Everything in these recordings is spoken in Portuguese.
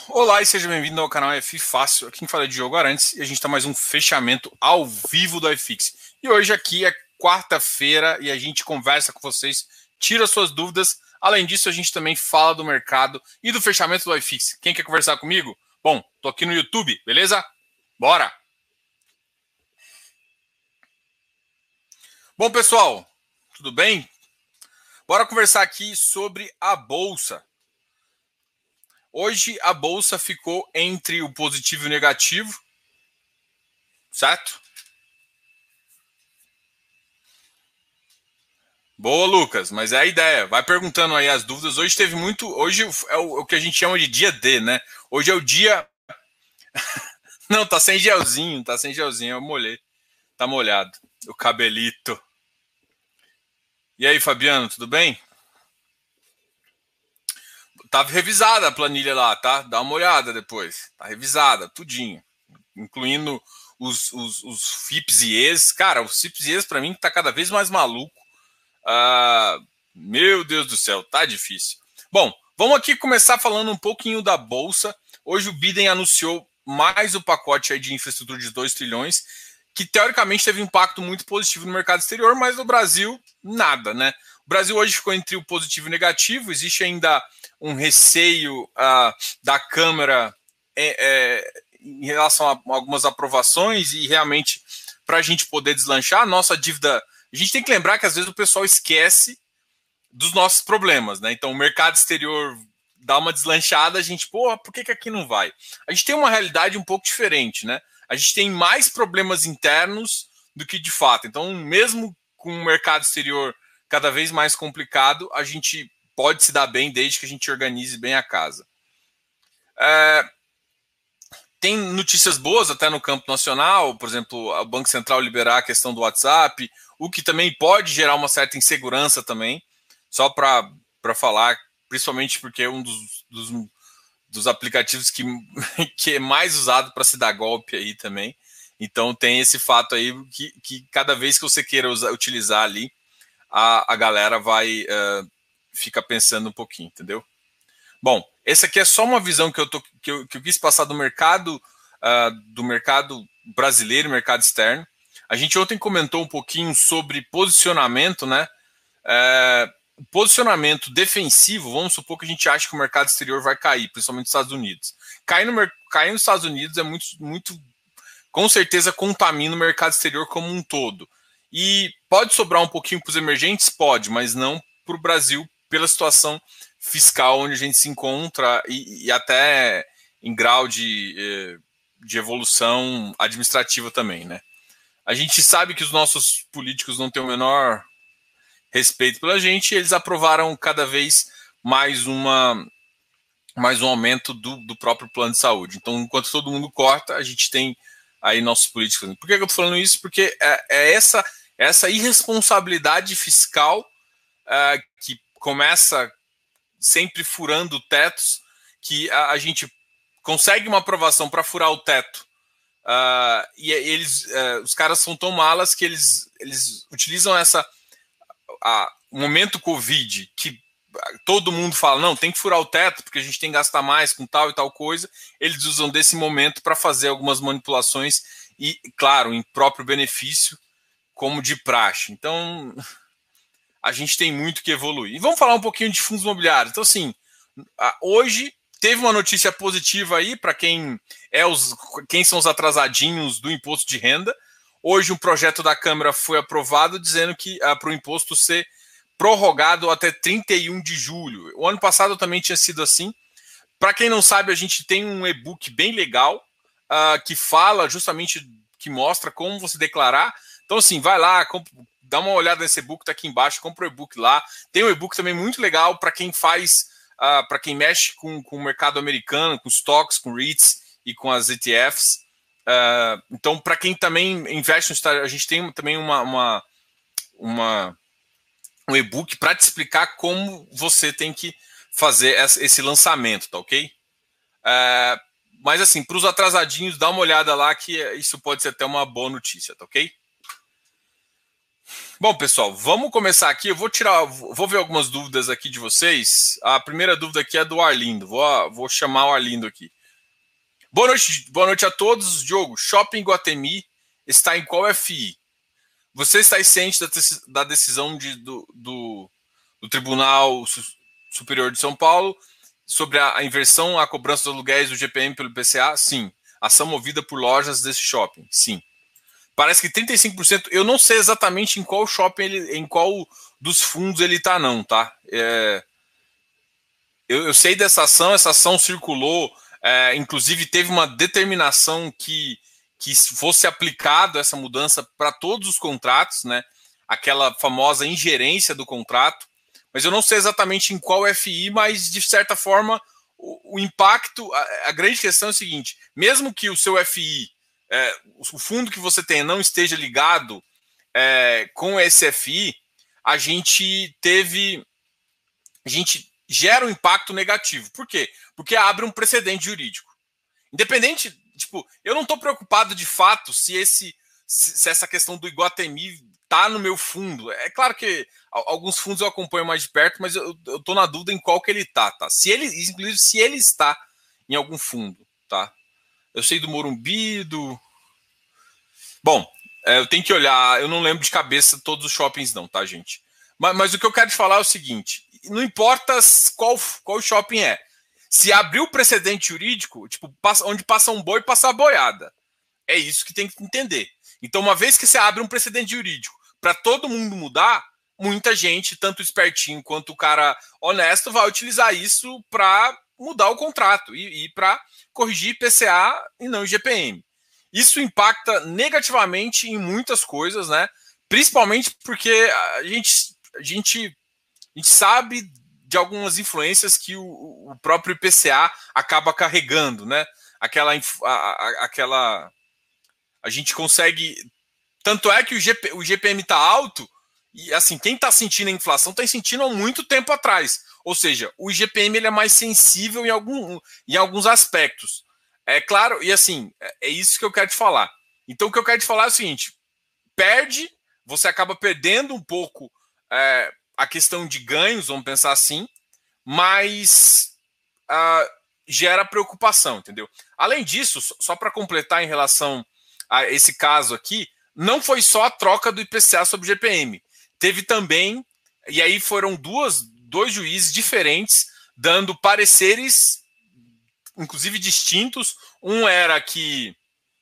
Olá e seja bem-vindo ao canal F Fácil. Aqui quem fala é Diogo Arantes e a gente está mais um fechamento ao vivo do iFix. E hoje aqui é quarta-feira e a gente conversa com vocês, tira suas dúvidas. Além disso, a gente também fala do mercado e do fechamento do iFix. Quem quer conversar comigo? Bom, tô aqui no YouTube, beleza? Bora! Bom, pessoal, tudo bem? Bora conversar aqui sobre a Bolsa. Hoje a Bolsa ficou entre o positivo e o negativo, certo? Boa, Lucas, mas é a ideia. Vai perguntando aí as dúvidas. Hoje teve muito. Hoje é o que a gente chama de dia D, né? Hoje é o dia. Não, tá sem gelzinho, tá sem gelzinho. Eu molhei. Tá molhado. O cabelito. E aí, Fabiano, tudo bem? Tá revisada a planilha lá, tá? Dá uma olhada depois. Tá revisada, tudinho. Incluindo os FIPS e ES. Cara, os FIPS e ES pra mim tá cada vez mais maluco. Ah, meu Deus do céu, tá difícil. Bom, vamos aqui começar falando um pouquinho da Bolsa. Hoje o Biden anunciou mais o pacote aí de infraestrutura de 2 trilhões, que teoricamente teve um impacto muito positivo no mercado exterior, mas no Brasil, nada, né? O Brasil hoje ficou entre o positivo e o negativo, existe ainda um receio da Câmara em relação a algumas aprovações e realmente para a gente poder deslanchar, a nossa dívida. A gente tem que lembrar que às vezes o pessoal esquece dos nossos problemas, né? Então o mercado exterior dá uma deslanchada, a gente, porra, por que aqui não vai? A gente tem uma realidade um pouco diferente, né? A gente tem mais problemas internos do que de fato. Então, mesmo com o mercado exterior cada vez mais complicado, a gente pode se dar bem desde que a gente organize bem a casa. Tem notícias boas até no campo nacional, por exemplo, o Banco Central liberar a questão do WhatsApp, o que também pode gerar uma certa insegurança também, só para falar, principalmente porque é um dos aplicativos que é mais usado para se dar golpe aí também. Então tem esse fato aí que cada vez que você queira utilizar ali, a galera vai fica pensando um pouquinho, entendeu? Bom, essa aqui é só uma visão que eu quis passar do mercado brasileiro, mercado externo. A gente ontem comentou um pouquinho sobre posicionamento, né? Posicionamento defensivo, vamos supor que a gente acha que o mercado exterior vai cair, principalmente nos Estados Unidos. Cair nos Estados Unidos é muito, com certeza contamina o mercado exterior como um todo. E pode sobrar um pouquinho para os emergentes? Pode, mas não para o Brasil, pela situação fiscal onde a gente se encontra e até em grau de evolução administrativa também, né? A gente sabe que os nossos políticos não têm o menor respeito pela gente e eles aprovaram cada vez mais um aumento do próprio plano de saúde. Então, enquanto todo mundo corta, a gente tem aí nossos políticos. Por que eu estou falando isso? Porque é essa irresponsabilidade fiscal que começa sempre furando tetos, que a gente consegue uma aprovação para furar o teto. E os caras são tão malas que eles utilizam o momento Covid, que todo mundo fala, não, tem que furar o teto, porque a gente tem que gastar mais com tal e tal coisa. Eles usam desse momento para fazer algumas manipulações e, claro, em próprio benefício, como de praxe. Então, a gente tem muito que evoluir. E vamos falar um pouquinho de fundos imobiliários. Então, assim, hoje teve uma notícia positiva aí para quem são os atrasadinhos do imposto de renda. Hoje um projeto da Câmara foi aprovado dizendo que para o imposto ser prorrogado até 31 de julho. O ano passado também tinha sido assim. Para quem não sabe, a gente tem um e-book bem legal que fala justamente, que mostra como você declarar. Então, assim, vai lá, dá uma olhada nesse e-book, tá aqui embaixo, compra o e-book lá. Tem um e-book também muito legal para quem para quem mexe com o mercado americano, com stocks, com REITs e com as ETFs. Então, para quem também investe no estado, a gente tem também um e-book para te explicar como você tem que fazer esse lançamento, tá ok? Mas assim, para os atrasadinhos, dá uma olhada lá que isso pode ser até uma boa notícia, tá ok? Bom, pessoal, vamos começar aqui. Eu vou ver algumas dúvidas aqui de vocês. A primeira dúvida aqui é do Arlindo. Vou chamar o Arlindo aqui. Boa noite a todos. Diogo, Shopping Iguatemi está em qual FI? Você está ciente da decisão do Tribunal Superior de São Paulo sobre a inversão à cobrança dos aluguéis do GPM pelo IPCA? Sim. Ação movida por lojas desse shopping? Sim. Parece que 35%, eu não sei exatamente em qual shopping, em qual dos fundos ele está não, tá? Eu sei dessa ação, essa ação circulou, inclusive teve uma determinação que fosse aplicado essa mudança para todos os contratos, né? Aquela famosa ingerência do contrato, mas eu não sei exatamente em qual FI, mas de certa forma o impacto, a grande questão é o seguinte, mesmo que o seu FI, o fundo que você tem não esteja ligado com esse FI, a gente gera um impacto negativo. Por quê? Porque abre um precedente jurídico. Independente, tipo, eu não estou preocupado de fato se essa questão do Iguatemi está no meu fundo. É claro que alguns fundos eu acompanho mais de perto, mas eu estou na dúvida em qual que ele está, tá? Inclusive, se ele está em algum fundo, tá? Eu sei do Morumbi, Bom, eu tenho que olhar, eu não lembro de cabeça todos os shoppings não, tá, gente? Mas o que eu quero te falar é o seguinte, não importa qual shopping é. Se abrir o precedente jurídico, tipo, onde passa um boi, passa a boiada. É isso que tem que entender. Então, uma vez que você abre um precedente jurídico para todo mundo mudar, muita gente, tanto espertinho quanto o cara honesto, vai utilizar isso para mudar o contrato e para corrigir IPCA e não IGPM. Isso impacta negativamente em muitas coisas, né? Principalmente porque a gente sabe de algumas influências que o próprio IPCA acaba carregando, né? A gente consegue. Tanto é que o GPM está alto, e assim, quem está sentindo a inflação está sentindo há muito tempo atrás. Ou seja, o IGPM ele é mais sensível em alguns aspectos. É claro, e assim, é isso que eu quero te falar. Então, o que eu quero te falar é o seguinte: você acaba perdendo um pouco a questão de ganhos, vamos pensar assim, mas gera preocupação, entendeu? Além disso, só para completar em relação a esse caso aqui, não foi só a troca do IPCA sobre o GPM. Teve também, e aí foram dois juízes diferentes dando pareceres, inclusive distintos. Um era que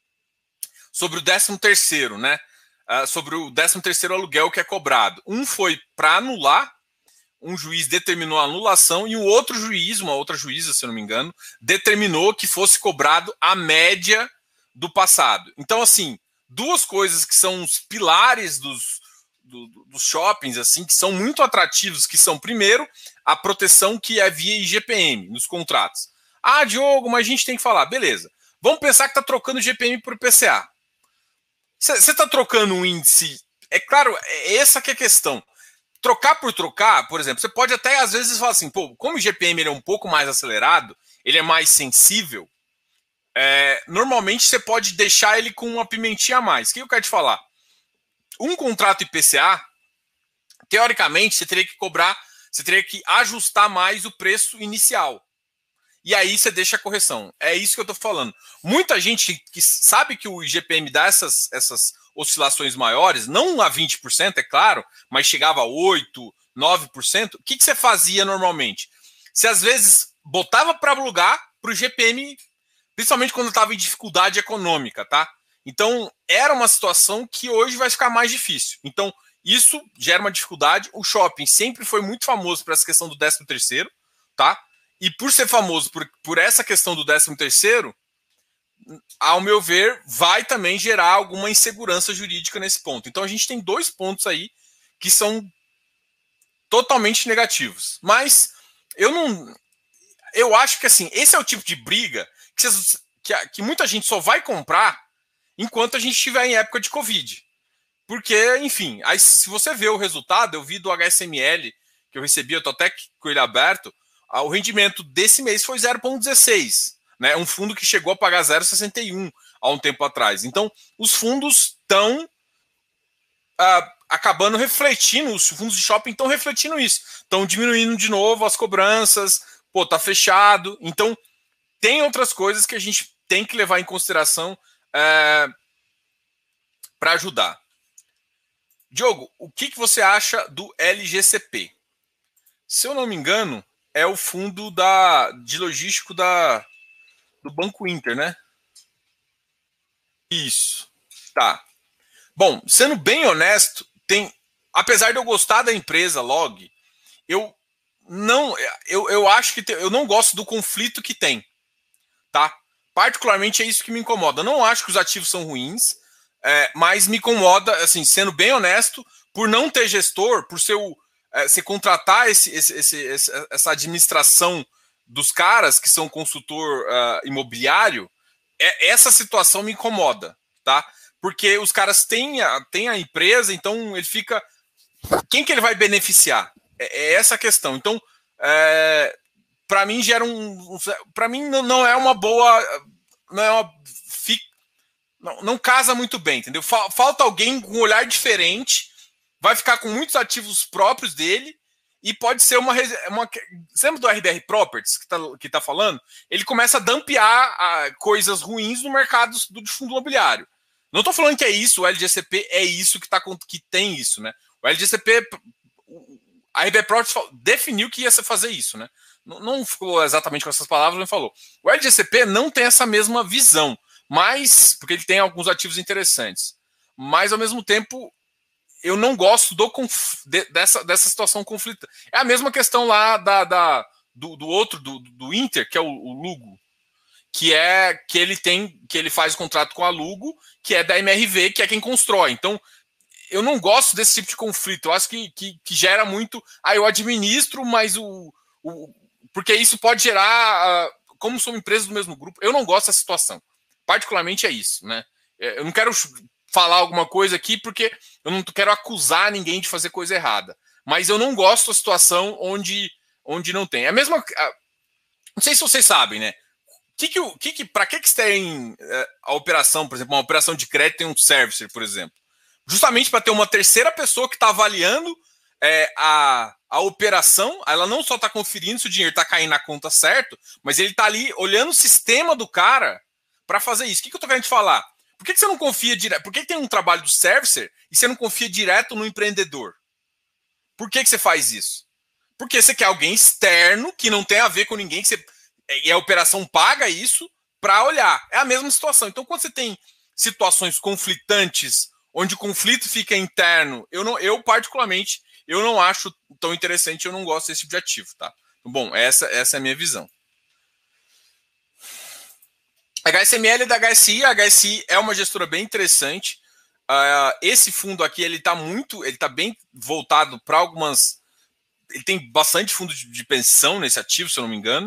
sobre o 13º, né? Sobre o 13º aluguel que é cobrado. Um foi para anular, um juiz determinou a anulação e o outro juiz, uma outra juíza, se eu não me engano, determinou que fosse cobrado a média do passado. Então, assim, duas coisas que são os pilares dos shoppings, assim, que são muito atrativos, que são, primeiro, a proteção que é via IGPM nos contratos. Ah, Diogo, mas a gente tem que falar. Beleza. Vamos pensar que está trocando IGPM por IPCA. Você está trocando um índice... É claro, é essa que é a questão. Trocar por trocar, por exemplo, você pode até às vezes falar assim, pô, como o IGPM ele é um pouco mais acelerado, ele é mais sensível, normalmente você pode deixar ele com uma pimentinha a mais. O que eu quero te falar? Um contrato IPCA, teoricamente, você teria que ajustar mais o preço inicial. E aí você deixa a correção. É isso que eu estou falando. Muita gente que sabe que o IGPM dá essas oscilações maiores, não a 20%, é claro, mas chegava a 8%, 9%. O que você fazia normalmente? Você às vezes botava para alugar para o IGPM, principalmente quando estava em dificuldade econômica, tá? Então, era uma situação que hoje vai ficar mais difícil. Então, isso gera uma dificuldade. O shopping sempre foi muito famoso por essa questão do 13º, tá? E por ser famoso por essa questão do 13º, ao meu ver, vai também gerar alguma insegurança jurídica nesse ponto. Então a gente tem dois pontos aí que são totalmente negativos. Mas eu acho que assim, esse é o tipo de briga que muita gente só vai comprar enquanto a gente estiver em época de Covid. Porque, enfim, aí se você vê o resultado, eu vi do HSML que eu recebi, eu estou até com ele aberto, o rendimento desse mês foi 0,16, né? Um fundo que chegou a pagar 0,61 há um tempo atrás. Então, os fundos estão acabando refletindo, os fundos de shopping estão refletindo isso. Estão diminuindo de novo as cobranças, pô, tá fechado. Então, tem outras coisas que a gente tem que levar em consideração para ajudar. Diogo, o que você acha do LGCP? Se eu não me engano, é o fundo de logístico do Banco Inter, né? Isso. Tá. Bom, sendo bem honesto, apesar de eu gostar da empresa Log, eu acho que eu não gosto do conflito que tem, tá? Particularmente é isso que me incomoda. Eu não acho que os ativos são ruins, mas me incomoda, assim, sendo bem honesto, por não ter gestor, por se contratar essa administração dos caras que são consultor imobiliário, essa situação me incomoda, tá? Porque os caras têm a empresa, então ele fica... Quem que ele vai beneficiar? É essa a questão. Então, para mim, gera para mim, não é uma boa... Não casa muito bem, entendeu? Falta alguém com um olhar diferente, vai ficar com muitos ativos próprios dele, e pode ser uma você lembra do RBR Properties que tá falando? Ele começa a dampear coisas ruins no mercado de fundo imobiliário. Não estou falando que é isso, o LGCP é isso que tem isso, né? O LGCP, a RBR Properties definiu que ia fazer isso, né? Não ficou exatamente com essas palavras, mas falou. O LGCP não tem essa mesma visão, mas porque ele tem alguns ativos interessantes. Mas, ao mesmo tempo, eu não gosto dessa situação conflita. É a mesma questão lá do outro, do Inter, que é o Lugo, que ele faz o contrato com a Lugo, que é da MRV, que é quem constrói. Então, eu não gosto desse tipo de conflito. Eu acho que gera muito... eu administro, mas porque isso pode gerar... como são empresas do mesmo grupo, eu não gosto dessa situação. Particularmente é isso, né? Eu não quero falar alguma coisa aqui porque eu não quero acusar ninguém de fazer coisa errada. Mas eu não gosto da situação onde não tem. É a mesma... Não sei se vocês sabem, né? Para que tem a operação, por exemplo, uma operação de crédito tem um servicer, por exemplo? Justamente para ter uma terceira pessoa que está avaliando a operação. Ela não só está conferindo se o dinheiro está caindo na conta certo, mas ele está ali olhando o sistema do cara para fazer isso. O que eu estou querendo te falar? Por que você não confia direto? Por que tem um trabalho do servicer e você não confia direto no empreendedor? Por que você faz isso? Porque você quer alguém externo que não tem a ver com ninguém, e a operação paga isso para olhar. É a mesma situação. Então, quando você tem situações conflitantes, onde o conflito fica interno, eu particularmente, eu não acho tão interessante, eu não gosto desse tipo de ativo, tá? Bom, essa é a minha visão. HSML da HSI, a HSI é uma gestora bem interessante. Esse fundo aqui, ele tá bem voltado para algumas... Ele tem bastante fundo de pensão nesse ativo, se eu não me engano.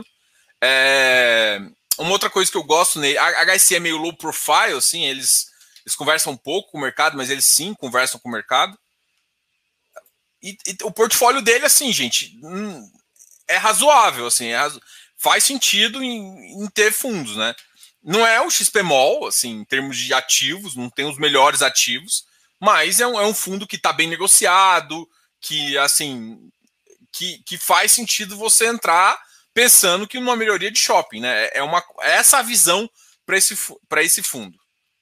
Uma outra coisa que eu gosto nele, a HSI é meio low profile, assim, eles conversam um pouco com o mercado, mas eles sim conversam com o mercado. E o portfólio dele, assim, gente, é razoável, assim, faz sentido em ter fundos, né? Não é o XPMOL, assim, em termos de ativos, não tem os melhores ativos, mas é um fundo que está bem negociado, que, assim, que faz sentido você entrar pensando que numa melhoria de shopping, né? Essa a visão para esse fundo.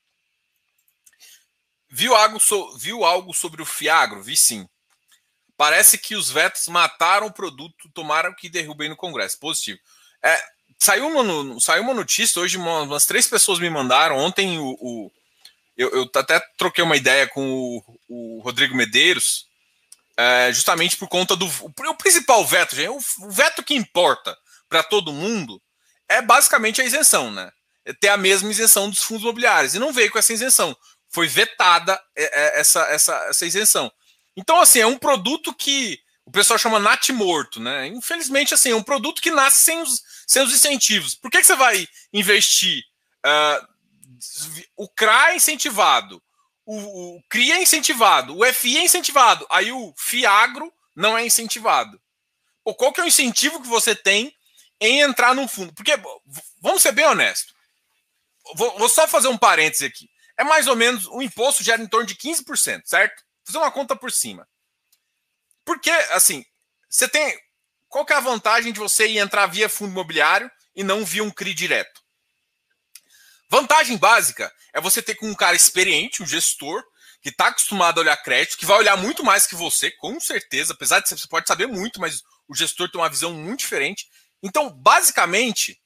Viu algo sobre o Fiagro? Vi sim. Parece que os vetos mataram o produto, tomaram que derrubem no Congresso. Positivo. Saiu uma notícia hoje, umas 3 pessoas me mandaram. Ontem eu até troquei uma ideia com o Rodrigo Medeiros, justamente por conta o principal veto, gente. O veto que importa para todo mundo é basicamente a isenção, né? É ter a mesma isenção dos fundos imobiliários. E não veio com essa isenção. Foi vetada essa isenção. Então, assim, é um produto que o pessoal chama nat morto, né? Infelizmente, assim, é um produto que nasce sem os incentivos. Por que você vai investir? O CRA é incentivado, o CRI é incentivado, o FI é incentivado, aí o FIAGRO não é incentivado. Qual que é o incentivo que você tem em entrar num fundo? Porque, vamos ser bem honestos, vou só fazer um parêntese aqui. É mais ou menos, o imposto gera em torno de 15%, certo? fazer uma conta por cima. Porque, assim, você tem... Qual que é a vantagem de você ir entrar via fundo imobiliário e não via um CRI direto? Vantagem básica é você ter com um cara experiente, um gestor, que está acostumado a olhar crédito, que vai olhar muito mais que você, com certeza, apesar de você pode saber muito, mas o gestor tem uma visão muito diferente. Então, basicamente,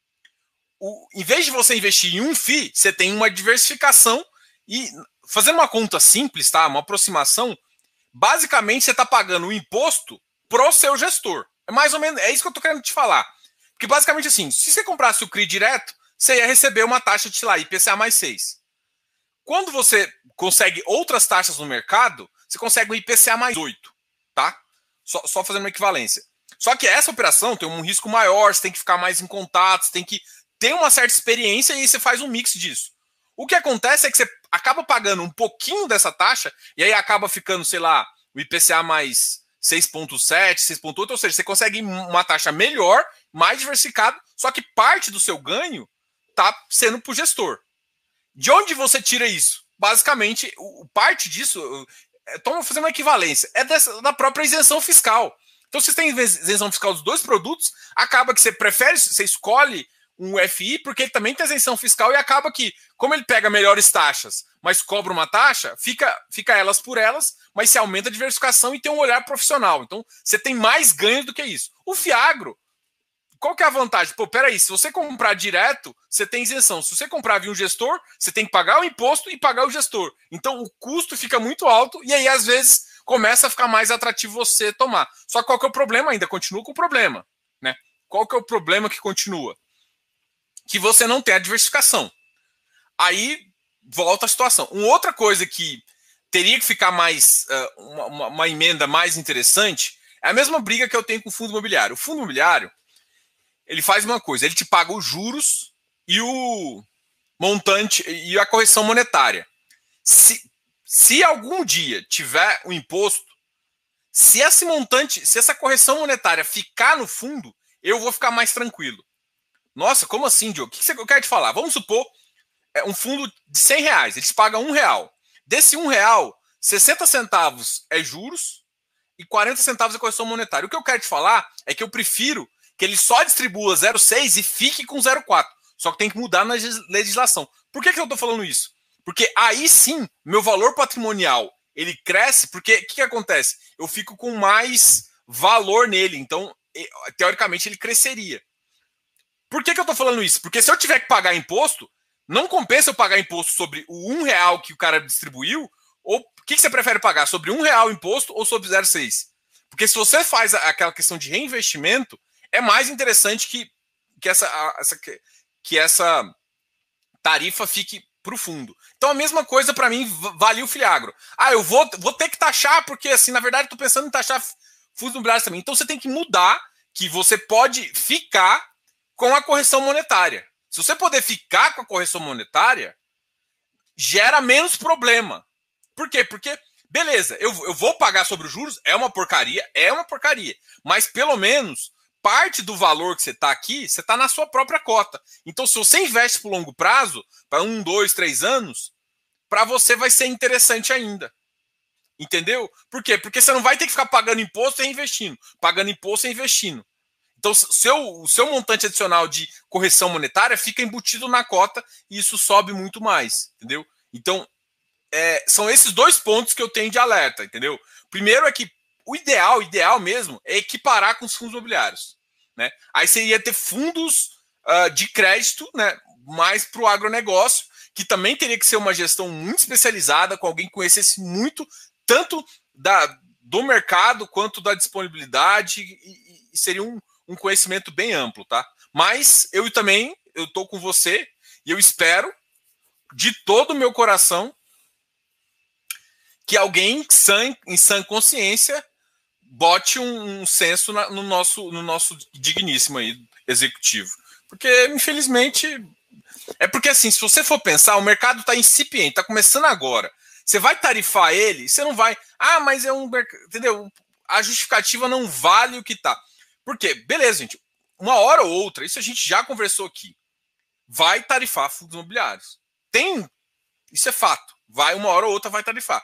em vez de você investir em um FII, você tem uma diversificação e, fazendo uma conta simples, tá? Uma aproximação, basicamente você está pagando o imposto pro seu gestor. É mais ou menos, é isso que eu estou querendo te falar. Porque basicamente assim, se você comprasse o CRI direto, você ia receber uma taxa de, sei lá, IPCA mais 6. Quando você consegue outras taxas no mercado, você consegue um IPCA mais 8, tá? Só fazendo uma equivalência. Só que essa operação tem um risco maior, você tem que ficar mais em contato, você tem que ter uma certa experiência e aí você faz um mix disso. O que acontece é que você acaba pagando um pouquinho dessa taxa e aí acaba ficando, sei lá, o IPCA mais 6,7, 6,8, ou seja, você consegue uma taxa melhor, mais diversificada, só que parte do seu ganho está sendo para o gestor. De onde você tira isso? Basicamente, parte disso, estou fazendo uma equivalência, é da própria isenção fiscal. Então, se você tem isenção fiscal dos dois produtos, acaba que você prefere, você escolhe um FI, porque ele também tem isenção fiscal e acaba que, como ele pega melhores taxas, mas cobra uma taxa, fica elas por elas, mas se aumenta a diversificação e tem um olhar profissional. Então, você tem mais ganhos do que isso. O Fiagro, qual que é a vantagem? Pô, peraí, se você comprar direto, você tem isenção. Se você comprar via um gestor, você tem que pagar o imposto e pagar o gestor. Então, o custo fica muito alto e aí, às vezes, começa a ficar mais atrativo você tomar. Só que qual que é o problema ainda? Continua com o problema, né? Qual que é o problema que continua? Que você não tem a diversificação. Aí, volta a situação. Uma outra coisa que teria que ficar mais, uma emenda mais interessante, é a mesma briga que eu tenho com o fundo imobiliário. O fundo imobiliário, ele faz uma coisa, ele te paga os juros e o montante e a correção monetária. Se algum dia tiver o imposto, se esse montante, se essa correção monetária ficar no fundo, eu vou ficar mais tranquilo. Nossa, como assim, Diogo? O que eu quero te falar? Vamos supor um fundo de R$100, eles pagam R$1. Desse R$1, 60 centavos é juros e 40 centavos é correção monetária. O que eu quero te falar é que eu prefiro que ele só distribua 0,6 e fique com 0,4. Só que tem que mudar na legislação. Por que eu estou falando isso? Porque aí sim, meu valor patrimonial, ele cresce, porque o que acontece? Eu fico com mais valor nele, então, teoricamente, ele cresceria. Por que eu estou falando isso? Porque se eu tiver que pagar imposto, não compensa eu pagar imposto sobre o R$1 que o cara distribuiu, ou o que você prefere pagar? Sobre R$1 imposto ou sobre 0,6? Porque se você faz aquela questão de reinvestimento, é mais interessante que essa tarifa fique para o fundo. Então a mesma coisa para mim vale o Fiagro. Eu vou ter que taxar, porque assim, na verdade, estou pensando em taxar fundos imobiliários também. Então você tem que mudar que você pode ficar com a correção monetária. Se você poder ficar com a correção monetária, gera menos problema. Por quê? Porque, beleza, eu vou pagar sobre os juros, é uma porcaria, mas pelo menos parte do valor que você está aqui, você está na sua própria cota. Então, se você investe para o longo prazo, para 1, 2, 3 anos, para você vai ser interessante ainda. Entendeu? Por quê? Porque você não vai ter que ficar pagando imposto e reinvestindo. Pagando imposto e investindo. Então, o seu montante adicional de correção monetária fica embutido na cota e isso sobe muito mais. Entendeu? Então, são esses dois pontos que eu tenho de alerta. Entendeu? Primeiro é que o ideal mesmo, é equiparar com os fundos imobiliários. Né? Aí você ia ter fundos de crédito, né, mais para o agronegócio, que também teria que ser uma gestão muito especializada, com alguém que conhecesse muito, tanto do mercado quanto da disponibilidade, e seria um conhecimento bem amplo. Tá? Mas eu estou com você e eu espero de todo o meu coração que alguém em sã consciência bote um senso no nosso digníssimo aí, executivo. Porque, infelizmente, porque assim, se você for pensar, o mercado está incipiente, está começando agora. Você vai tarifar ele, você não vai... mas é um... Entendeu? A justificativa não vale o que está. Por quê? Beleza, gente. Uma hora ou outra, isso a gente já conversou aqui, vai tarifar fundos imobiliários. Isso é fato. Uma hora ou outra vai tarifar.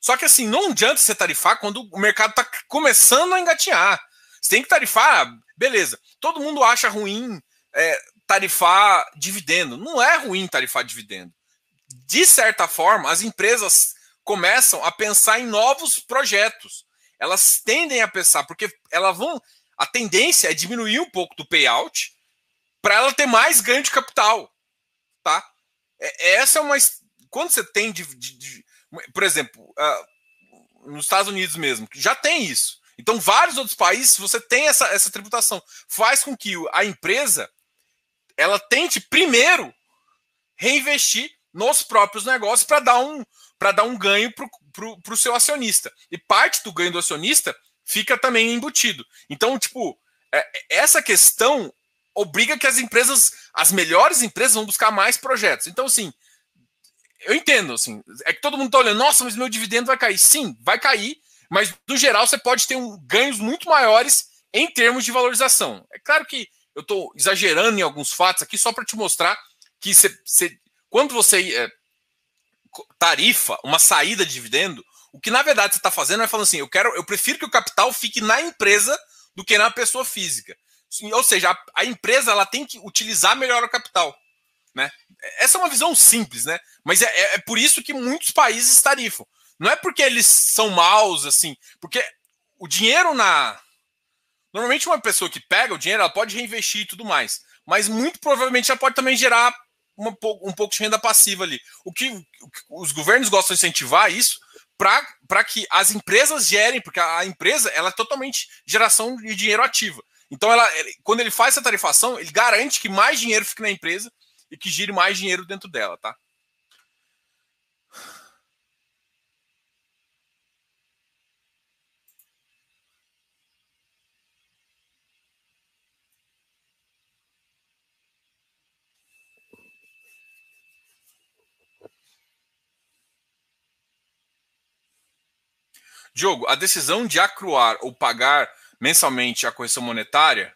Só que assim, não adianta você tarifar quando o mercado está começando a engatinhar. Você tem que tarifar, beleza. Todo mundo acha ruim tarifar dividendo. Não é ruim tarifar dividendo. De certa forma, as empresas começam a pensar em novos projetos. Elas tendem a pensar, porque elas vão. A tendência é diminuir um pouco do payout para ela ter mais ganho de capital. Tá? Essa é uma. Quando você tem. Por exemplo, nos Estados Unidos mesmo, já tem isso. Então, vários outros países, você tem essa tributação. Faz com que a empresa ela tente primeiro reinvestir nos próprios negócios para dar um ganho para o seu acionista. E parte do ganho do acionista fica também embutido. Então, tipo, essa questão obriga que as melhores empresas vão buscar mais projetos. Então, assim, eu entendo, assim, é que todo mundo está olhando, nossa, mas meu dividendo vai cair. Sim, vai cair, mas no geral você pode ter ganhos muito maiores em termos de valorização. É claro que eu estou exagerando em alguns fatos aqui só para te mostrar que quando você tarifa uma saída de dividendo, o que na verdade você está fazendo é falando assim, eu prefiro que o capital fique na empresa do que na pessoa física. Ou seja, a empresa ela tem que utilizar melhor o capital. Né? Essa é uma visão simples, né? Mas é por isso que muitos países tarifam. Não é porque eles são maus, assim, porque o dinheiro Normalmente uma pessoa que pega o dinheiro, ela pode reinvestir e tudo mais, mas muito provavelmente ela pode também gerar um pouco de renda passiva ali. O que os governos gostam de incentivar isso para que as empresas gerem, porque a empresa ela é totalmente geração de dinheiro ativa. Então, quando ele faz essa tarifação, ele garante que mais dinheiro fique na empresa e que gire mais dinheiro dentro dela, tá? Diogo, a decisão de acruar ou pagar mensalmente a correção monetária,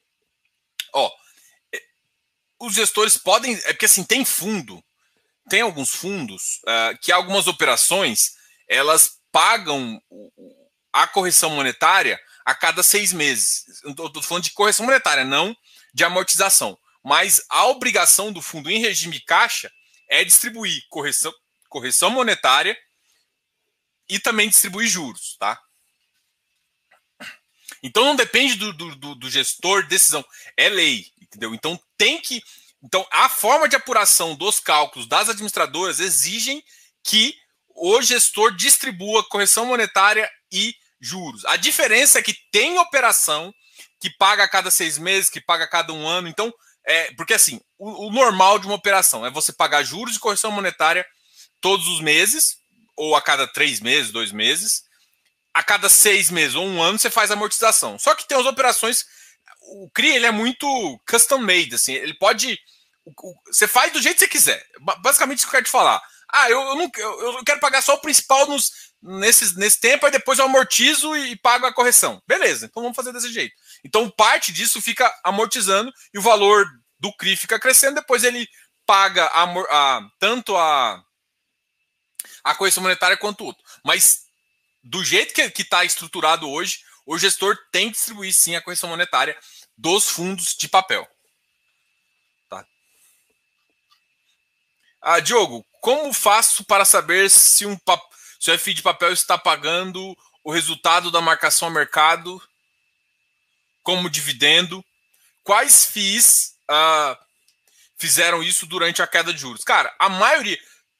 os gestores podem, porque assim, tem alguns fundos que algumas operações, elas pagam a correção monetária a cada 6 meses. Estou falando de correção monetária, não de amortização. Mas a obrigação do fundo em regime caixa é distribuir correção monetária e também distribuir juros, tá? Então não depende do gestor decisão, é lei, entendeu? Então Então a forma de apuração dos cálculos das administradoras exigem que o gestor distribua correção monetária e juros. A diferença é que tem operação que paga a cada 6 meses, que paga a cada 1 ano. Então, porque assim, o normal de uma operação é você pagar juros e correção monetária todos os meses, ou a cada 3 meses, 2 meses. A cada 6 meses ou 1 ano você faz amortização. Só que tem as operações, o CRI ele é muito custom made, assim, ele pode, você faz do jeito que você quiser. Basicamente isso que eu quero te falar. Eu quero pagar só o principal nesse tempo, aí depois eu amortizo e pago a correção. Beleza, então vamos fazer desse jeito. Então parte disso fica amortizando e o valor do CRI fica crescendo, depois ele paga tanto a correção monetária quanto o outro. Mas do jeito que está estruturado hoje, o gestor tem que distribuir sim a correção monetária dos fundos de papel. Tá? Diogo, como faço para saber se o FI de papel está pagando o resultado da marcação a mercado como dividendo? Quais FIIs fizeram isso durante a queda de juros? Cara, a maioria,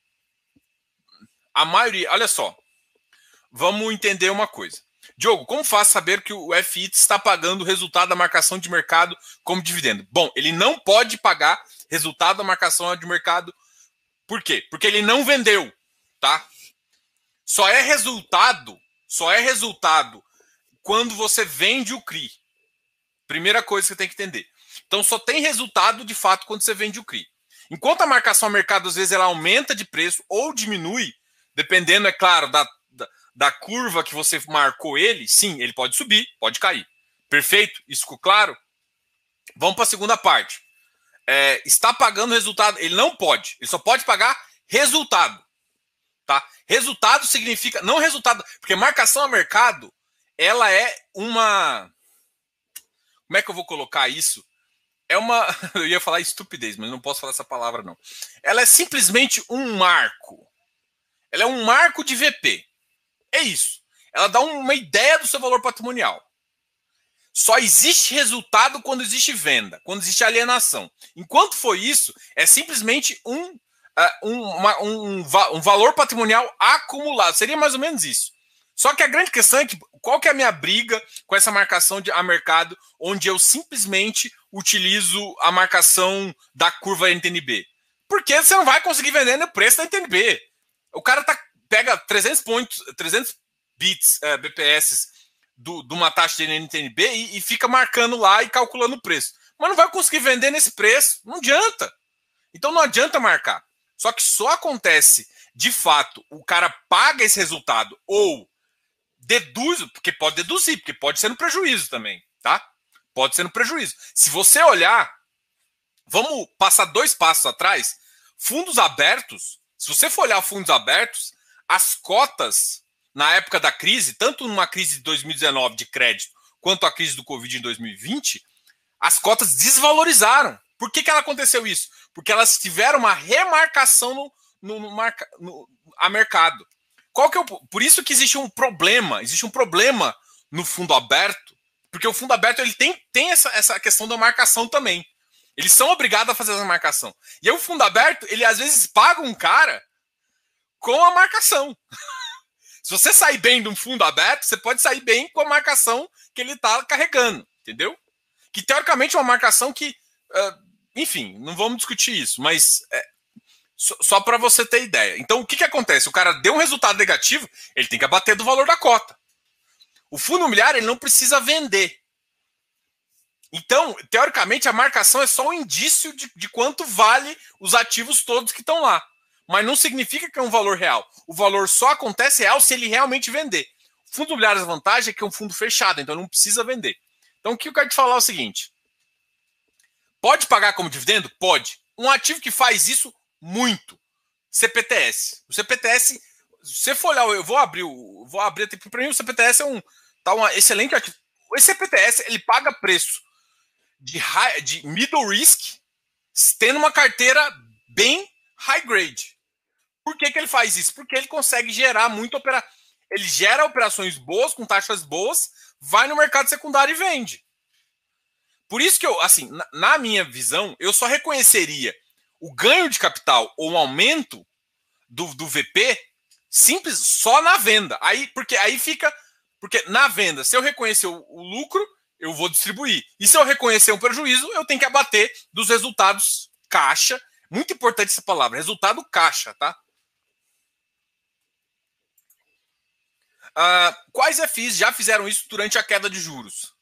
olha só, vamos entender uma coisa. Diogo, como faz saber que o FI está pagando o resultado da marcação de mercado como dividendo? Bom, ele não pode pagar resultado da marcação de mercado. Por quê? Porque ele não vendeu, tá? Só é resultado quando você vende o CRI. Primeira coisa que você tem que entender. Então só tem resultado de fato quando você vende o CRI. Enquanto a marcação a mercado às vezes ela aumenta de preço ou diminui, dependendo, é claro, da curva que você marcou ele, sim, ele pode subir, pode cair. Perfeito? Isso ficou claro? Vamos para a segunda parte. Está pagando resultado? Ele não pode. Ele só pode pagar resultado. Tá? Resultado significa... Não resultado... Porque marcação a mercado, ela é uma... Como é que eu vou colocar isso? É uma... Eu ia falar estupidez, mas não posso falar essa palavra, não. Ela é simplesmente um marco. Ela é um marco de VP. É isso. Ela dá uma ideia do seu valor patrimonial. Só existe resultado quando existe venda, quando existe alienação. Enquanto for isso, é simplesmente um valor patrimonial acumulado. Seria mais ou menos isso. Só que a grande questão é que qual que é a minha briga com essa marcação a mercado, onde eu simplesmente utilizo a marcação da curva NTNB? Porque você não vai conseguir vender no preço da NTNB. O cara pega 300 BPS de uma taxa de NTNB e fica marcando lá e calculando o preço. Mas não vai conseguir vender nesse preço. Não adianta. Então não adianta marcar. Só que só acontece, de fato, o cara paga esse resultado ou deduz, porque pode deduzir, porque pode ser no prejuízo também, tá? Pode ser no prejuízo. Se você olhar, vamos passar 2 passos atrás, fundos abertos, se você for olhar fundos abertos, as cotas na época da crise, tanto numa crise de 2019 de crédito, quanto a crise do Covid em 2020, as cotas desvalorizaram. Por que aconteceu isso? Porque elas tiveram uma remarcação a mercado. Por isso que existe um problema no fundo aberto, porque o fundo aberto ele tem essa questão da marcação também. Eles são obrigados a fazer essa marcação. E aí o fundo aberto, ele às vezes paga um cara com a marcação. Se você sair bem de um fundo aberto, você pode sair bem com a marcação que ele está carregando, entendeu? Que teoricamente é uma marcação que, enfim, não vamos discutir isso, mas só para você ter ideia. Então, o que acontece? O cara deu um resultado negativo, ele tem que abater do valor da cota. O fundo imobiliário ele não precisa vender. Então, teoricamente, a marcação é só um indício de quanto vale os ativos todos que estão lá. Mas não significa que é um valor real. O valor só acontece real se ele realmente vender. O fundo imobiliário, a vantagem é que é um fundo fechado, então não precisa vender. Então, o que eu quero te falar é o seguinte. Pode pagar como dividendo? Pode. Um ativo que faz isso, muito. CPTS. O CPTS, se você for olhar, eu vou abrir para mim o CPTS é um excelente ativo. O CPTS, ele paga preço de middle risk, tendo uma carteira bem high grade. Por que ele faz isso? Porque ele consegue gerar muito ele gera operações boas, com taxas boas, vai no mercado secundário e vende. Por isso que eu, assim, na minha visão, eu só reconheceria o ganho de capital ou um aumento do VP simples só na venda. Porque na venda, se eu reconhecer o lucro, eu vou distribuir. E se eu reconhecer um prejuízo, eu tenho que abater dos resultados caixa. Muito importante essa palavra, resultado caixa, tá? Quais FIs já fizeram isso durante a queda de juros?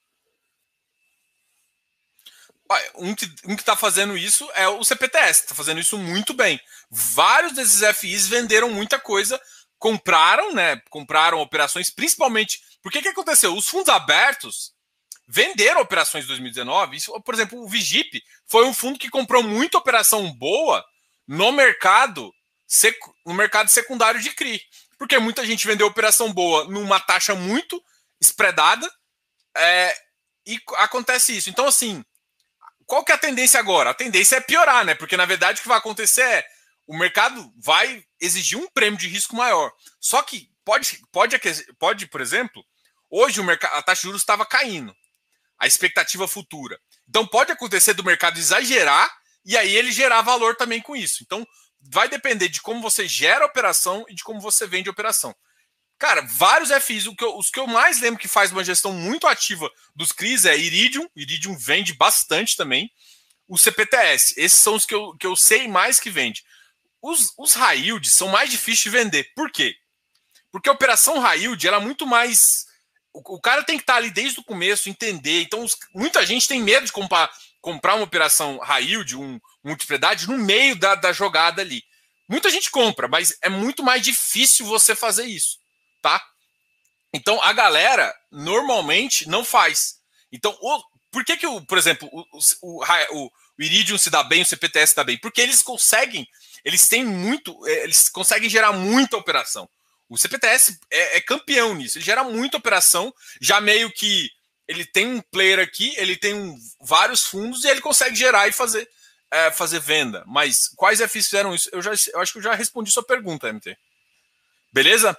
Um que está fazendo isso é o CPTS, está fazendo isso muito bem. Vários desses FIs venderam muita coisa, compraram operações, principalmente... Porque que aconteceu? Os fundos abertos venderam operações em 2019. Isso, por exemplo, o Vigip foi um fundo que comprou muita operação boa no mercado secundário de CRI. Porque muita gente vendeu operação boa numa taxa muito spreadada e acontece isso. Então, assim, qual que é a tendência agora? A tendência é piorar, né? Porque, na verdade, o que vai acontecer é o mercado vai exigir um prêmio de risco maior. Só que pode, por exemplo, hoje a taxa de juros estava caindo, a expectativa futura. Então, pode acontecer do mercado exagerar e aí ele gerar valor também com isso. Então, vai depender de como você gera a operação e de como você vende a operação. Cara, vários FIs, os que eu mais lembro que faz uma gestão muito ativa dos CRIs é Iridium. Iridium vende bastante também. O CPTS, esses são os que eu sei mais que vende. Os high yield são mais difíceis de vender. Por quê? Porque a operação high yield ela é muito mais... O cara tem que estar ali desde o começo, entender. Então, muita gente tem medo de comprar uma operação high yield, multiplicidade, no meio da jogada ali. Muita gente compra, mas é muito mais difícil você fazer isso, tá? Então, a galera normalmente não faz. Então, por que por exemplo, o Iridium se dá bem, o CPTS se dá bem? Porque eles conseguem, eles conseguem gerar muita operação. O CPTS é campeão nisso, ele gera muita operação, já meio que ele tem um player aqui, ele tem vários fundos e ele consegue gerar e fazer venda. Mas quais FIs fizeram isso? Eu acho que eu já respondi sua pergunta, MT. Beleza?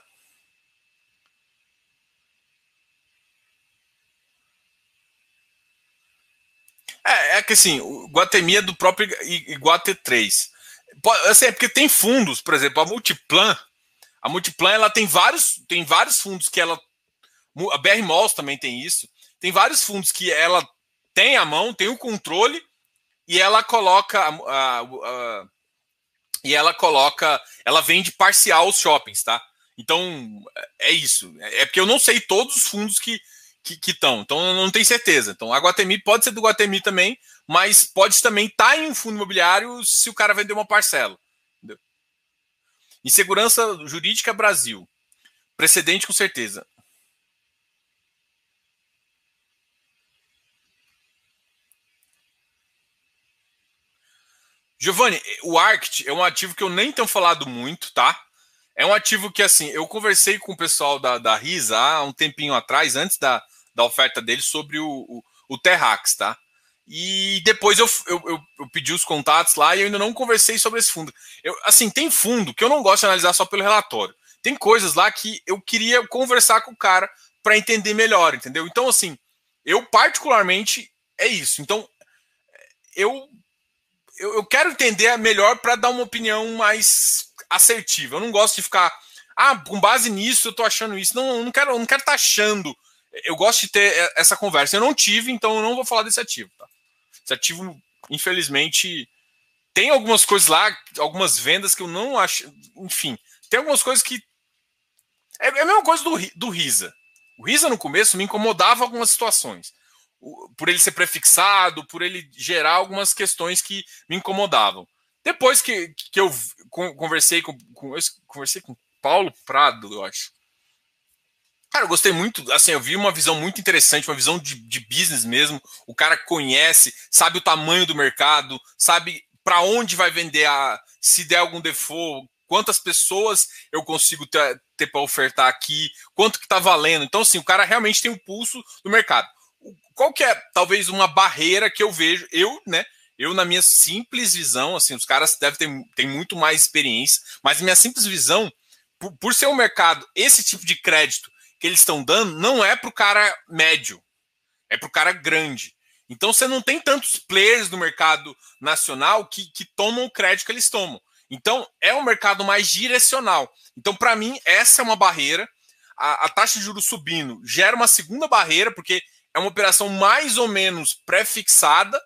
É que assim, o Guatemi é do próprio Iguate3. Assim, é porque tem fundos, por exemplo, a Multiplan ela tem vários fundos que ela. A BR Malls também tem isso. Tem vários fundos que ela tem a mão, tem o controle, e ela coloca. Ela vende parcial os shoppings, tá? Então, é isso. É porque eu não sei todos os fundos que estão, então eu não tenho certeza. Então, a Guatemi pode ser do Guatemi também, mas pode também estar em um fundo imobiliário se o cara vender uma parcela. Entendeu? Insegurança jurídica Brasil. Precedente com certeza. Giovanni, o ARCT é um ativo que eu nem tenho falado muito, tá? É um ativo que, assim, eu conversei com o pessoal da RISA há um tempinho atrás, antes da oferta dele, sobre o Terrax, tá? E depois eu pedi os contatos lá e eu ainda não conversei sobre esse fundo. Assim, tem fundo que eu não gosto de analisar só pelo relatório. Tem coisas lá que eu queria conversar com o cara para entender melhor, entendeu? Então, assim, eu particularmente é isso. Então, eu quero entender melhor para dar uma opinião mais assertiva. Eu não gosto de ficar, com base nisso eu tô achando isso. Não, eu não quero estar achando. Eu gosto de ter essa conversa. Eu não tive, então eu não vou falar desse ativo. Tá? Esse ativo, infelizmente, tem algumas coisas lá, algumas vendas que eu não acho. Enfim, tem algumas coisas que. É a mesma coisa do Risa. O Risa no começo me incomodava algumas situações. Por ele ser prefixado, por ele gerar algumas questões que me incomodavam. Depois que eu conversei com Paulo Prado, eu acho. Cara, eu gostei muito, assim, eu vi uma visão muito interessante, uma visão de business mesmo. O cara conhece, sabe o tamanho do mercado, sabe para onde vai vender, se der algum default, quantas pessoas eu consigo ter para ofertar aqui, quanto que tá valendo. Então, assim, o cara realmente tem o pulso do mercado. Qual que é, talvez, uma barreira que eu vejo, né? Eu, na minha simples visão, assim, os caras devem ter muito mais experiência, mas minha simples visão, por ser um mercado, esse tipo de crédito que eles estão dando, não é para o cara médio, é para o cara grande. Então você não tem tantos players no mercado nacional que tomam o crédito que eles tomam. Então é um mercado mais direcional. Então, para mim, essa é uma barreira. A taxa de juros subindo gera uma segunda barreira, porque é uma operação mais ou menos pré-fixada,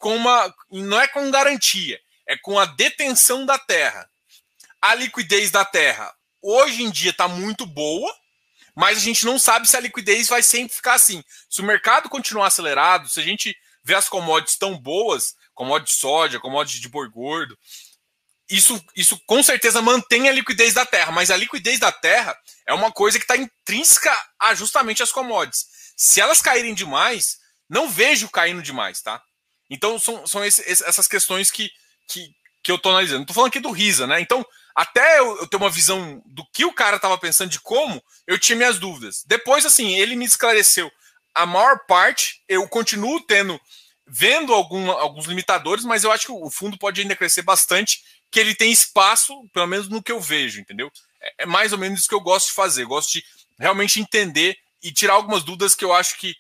não é com garantia, é com a detenção da terra. A liquidez da terra hoje em dia está muito boa, mas a gente não sabe se a liquidez vai sempre ficar assim. Se o mercado continuar acelerado, se a gente vê as commodities tão boas, commodity de soja, commodity de boi gordo, isso com certeza mantém a liquidez da terra, mas a liquidez da terra é uma coisa que está intrínseca a justamente as commodities. Se elas caírem demais, não vejo caindo demais, tá? Então são essas questões que eu estou analisando. Estou falando aqui do Risa, né? Então, até eu ter uma visão do que o cara estava pensando, de como, eu tinha minhas dúvidas. Depois, assim, ele me esclareceu a maior parte, eu continuo vendo alguns limitadores, mas eu acho que o fundo pode ainda crescer bastante, que ele tem espaço, pelo menos no que eu vejo, entendeu? É mais ou menos isso que eu gosto de fazer. Eu gosto de realmente entender e tirar algumas dúvidas que eu acho que.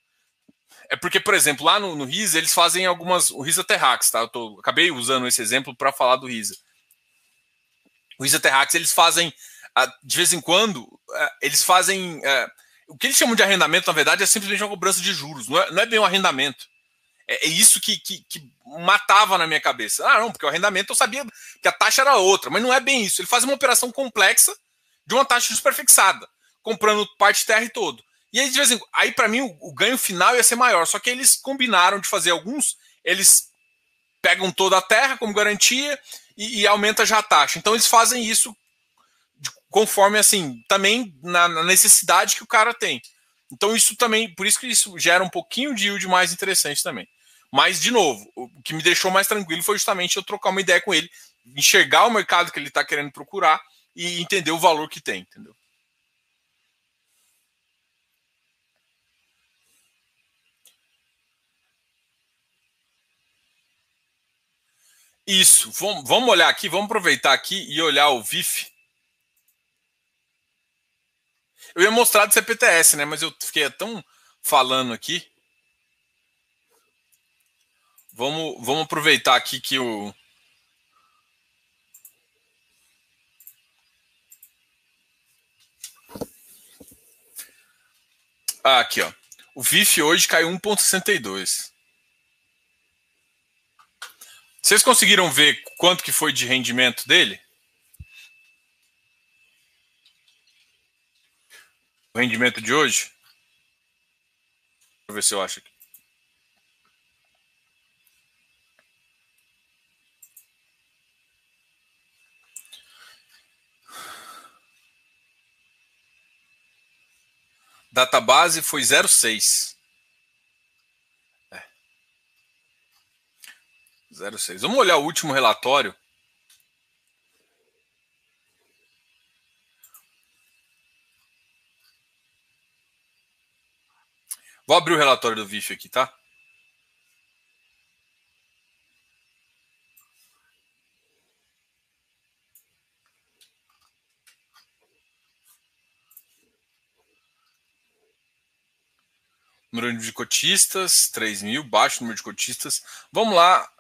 É porque, por exemplo, lá no Risa, eles fazem o Risa Terrax, tá? Acabei usando esse exemplo para falar do Risa. O Risa Terrax, eles fazem, de vez em quando, eles fazem. O que eles chamam de arrendamento, na verdade, é simplesmente uma cobrança de juros, não é bem um arrendamento. É isso que matava na minha cabeça. Não, porque o arrendamento eu sabia que a taxa era outra, mas não é bem isso. Ele faz uma operação complexa de uma taxa superfixada, comprando parte de terra e todo. E aí, de vez em quando, aí para mim, o ganho final ia ser maior. Só que eles combinaram de fazer eles pegam toda a terra como garantia e aumenta já a taxa. Então, eles fazem isso conforme, assim, também na necessidade que o cara tem. Então, isso também, por isso que isso gera um pouquinho de yield mais interessante também. Mas, de novo, o que me deixou mais tranquilo foi justamente eu trocar uma ideia com ele, enxergar o mercado que ele está querendo procurar e entender o valor que tem, entendeu? Isso, vamos olhar aqui, vamos aproveitar aqui e olhar o VIF. Eu ia mostrar do CPTS, né? Mas eu fiquei tão falando aqui. Vamos aproveitar aqui que o. Ah, aqui, ó. O VIF hoje caiu 1,62. Vocês conseguiram ver quanto que foi de rendimento dele? O rendimento de hoje? Deixa eu ver se eu acho aqui. Database foi 0,6. 0,6. Vamos olhar o último relatório. Vou abrir o relatório do VIF aqui, tá? Número de cotistas, 3 mil, baixo número de cotistas. Vamos lá.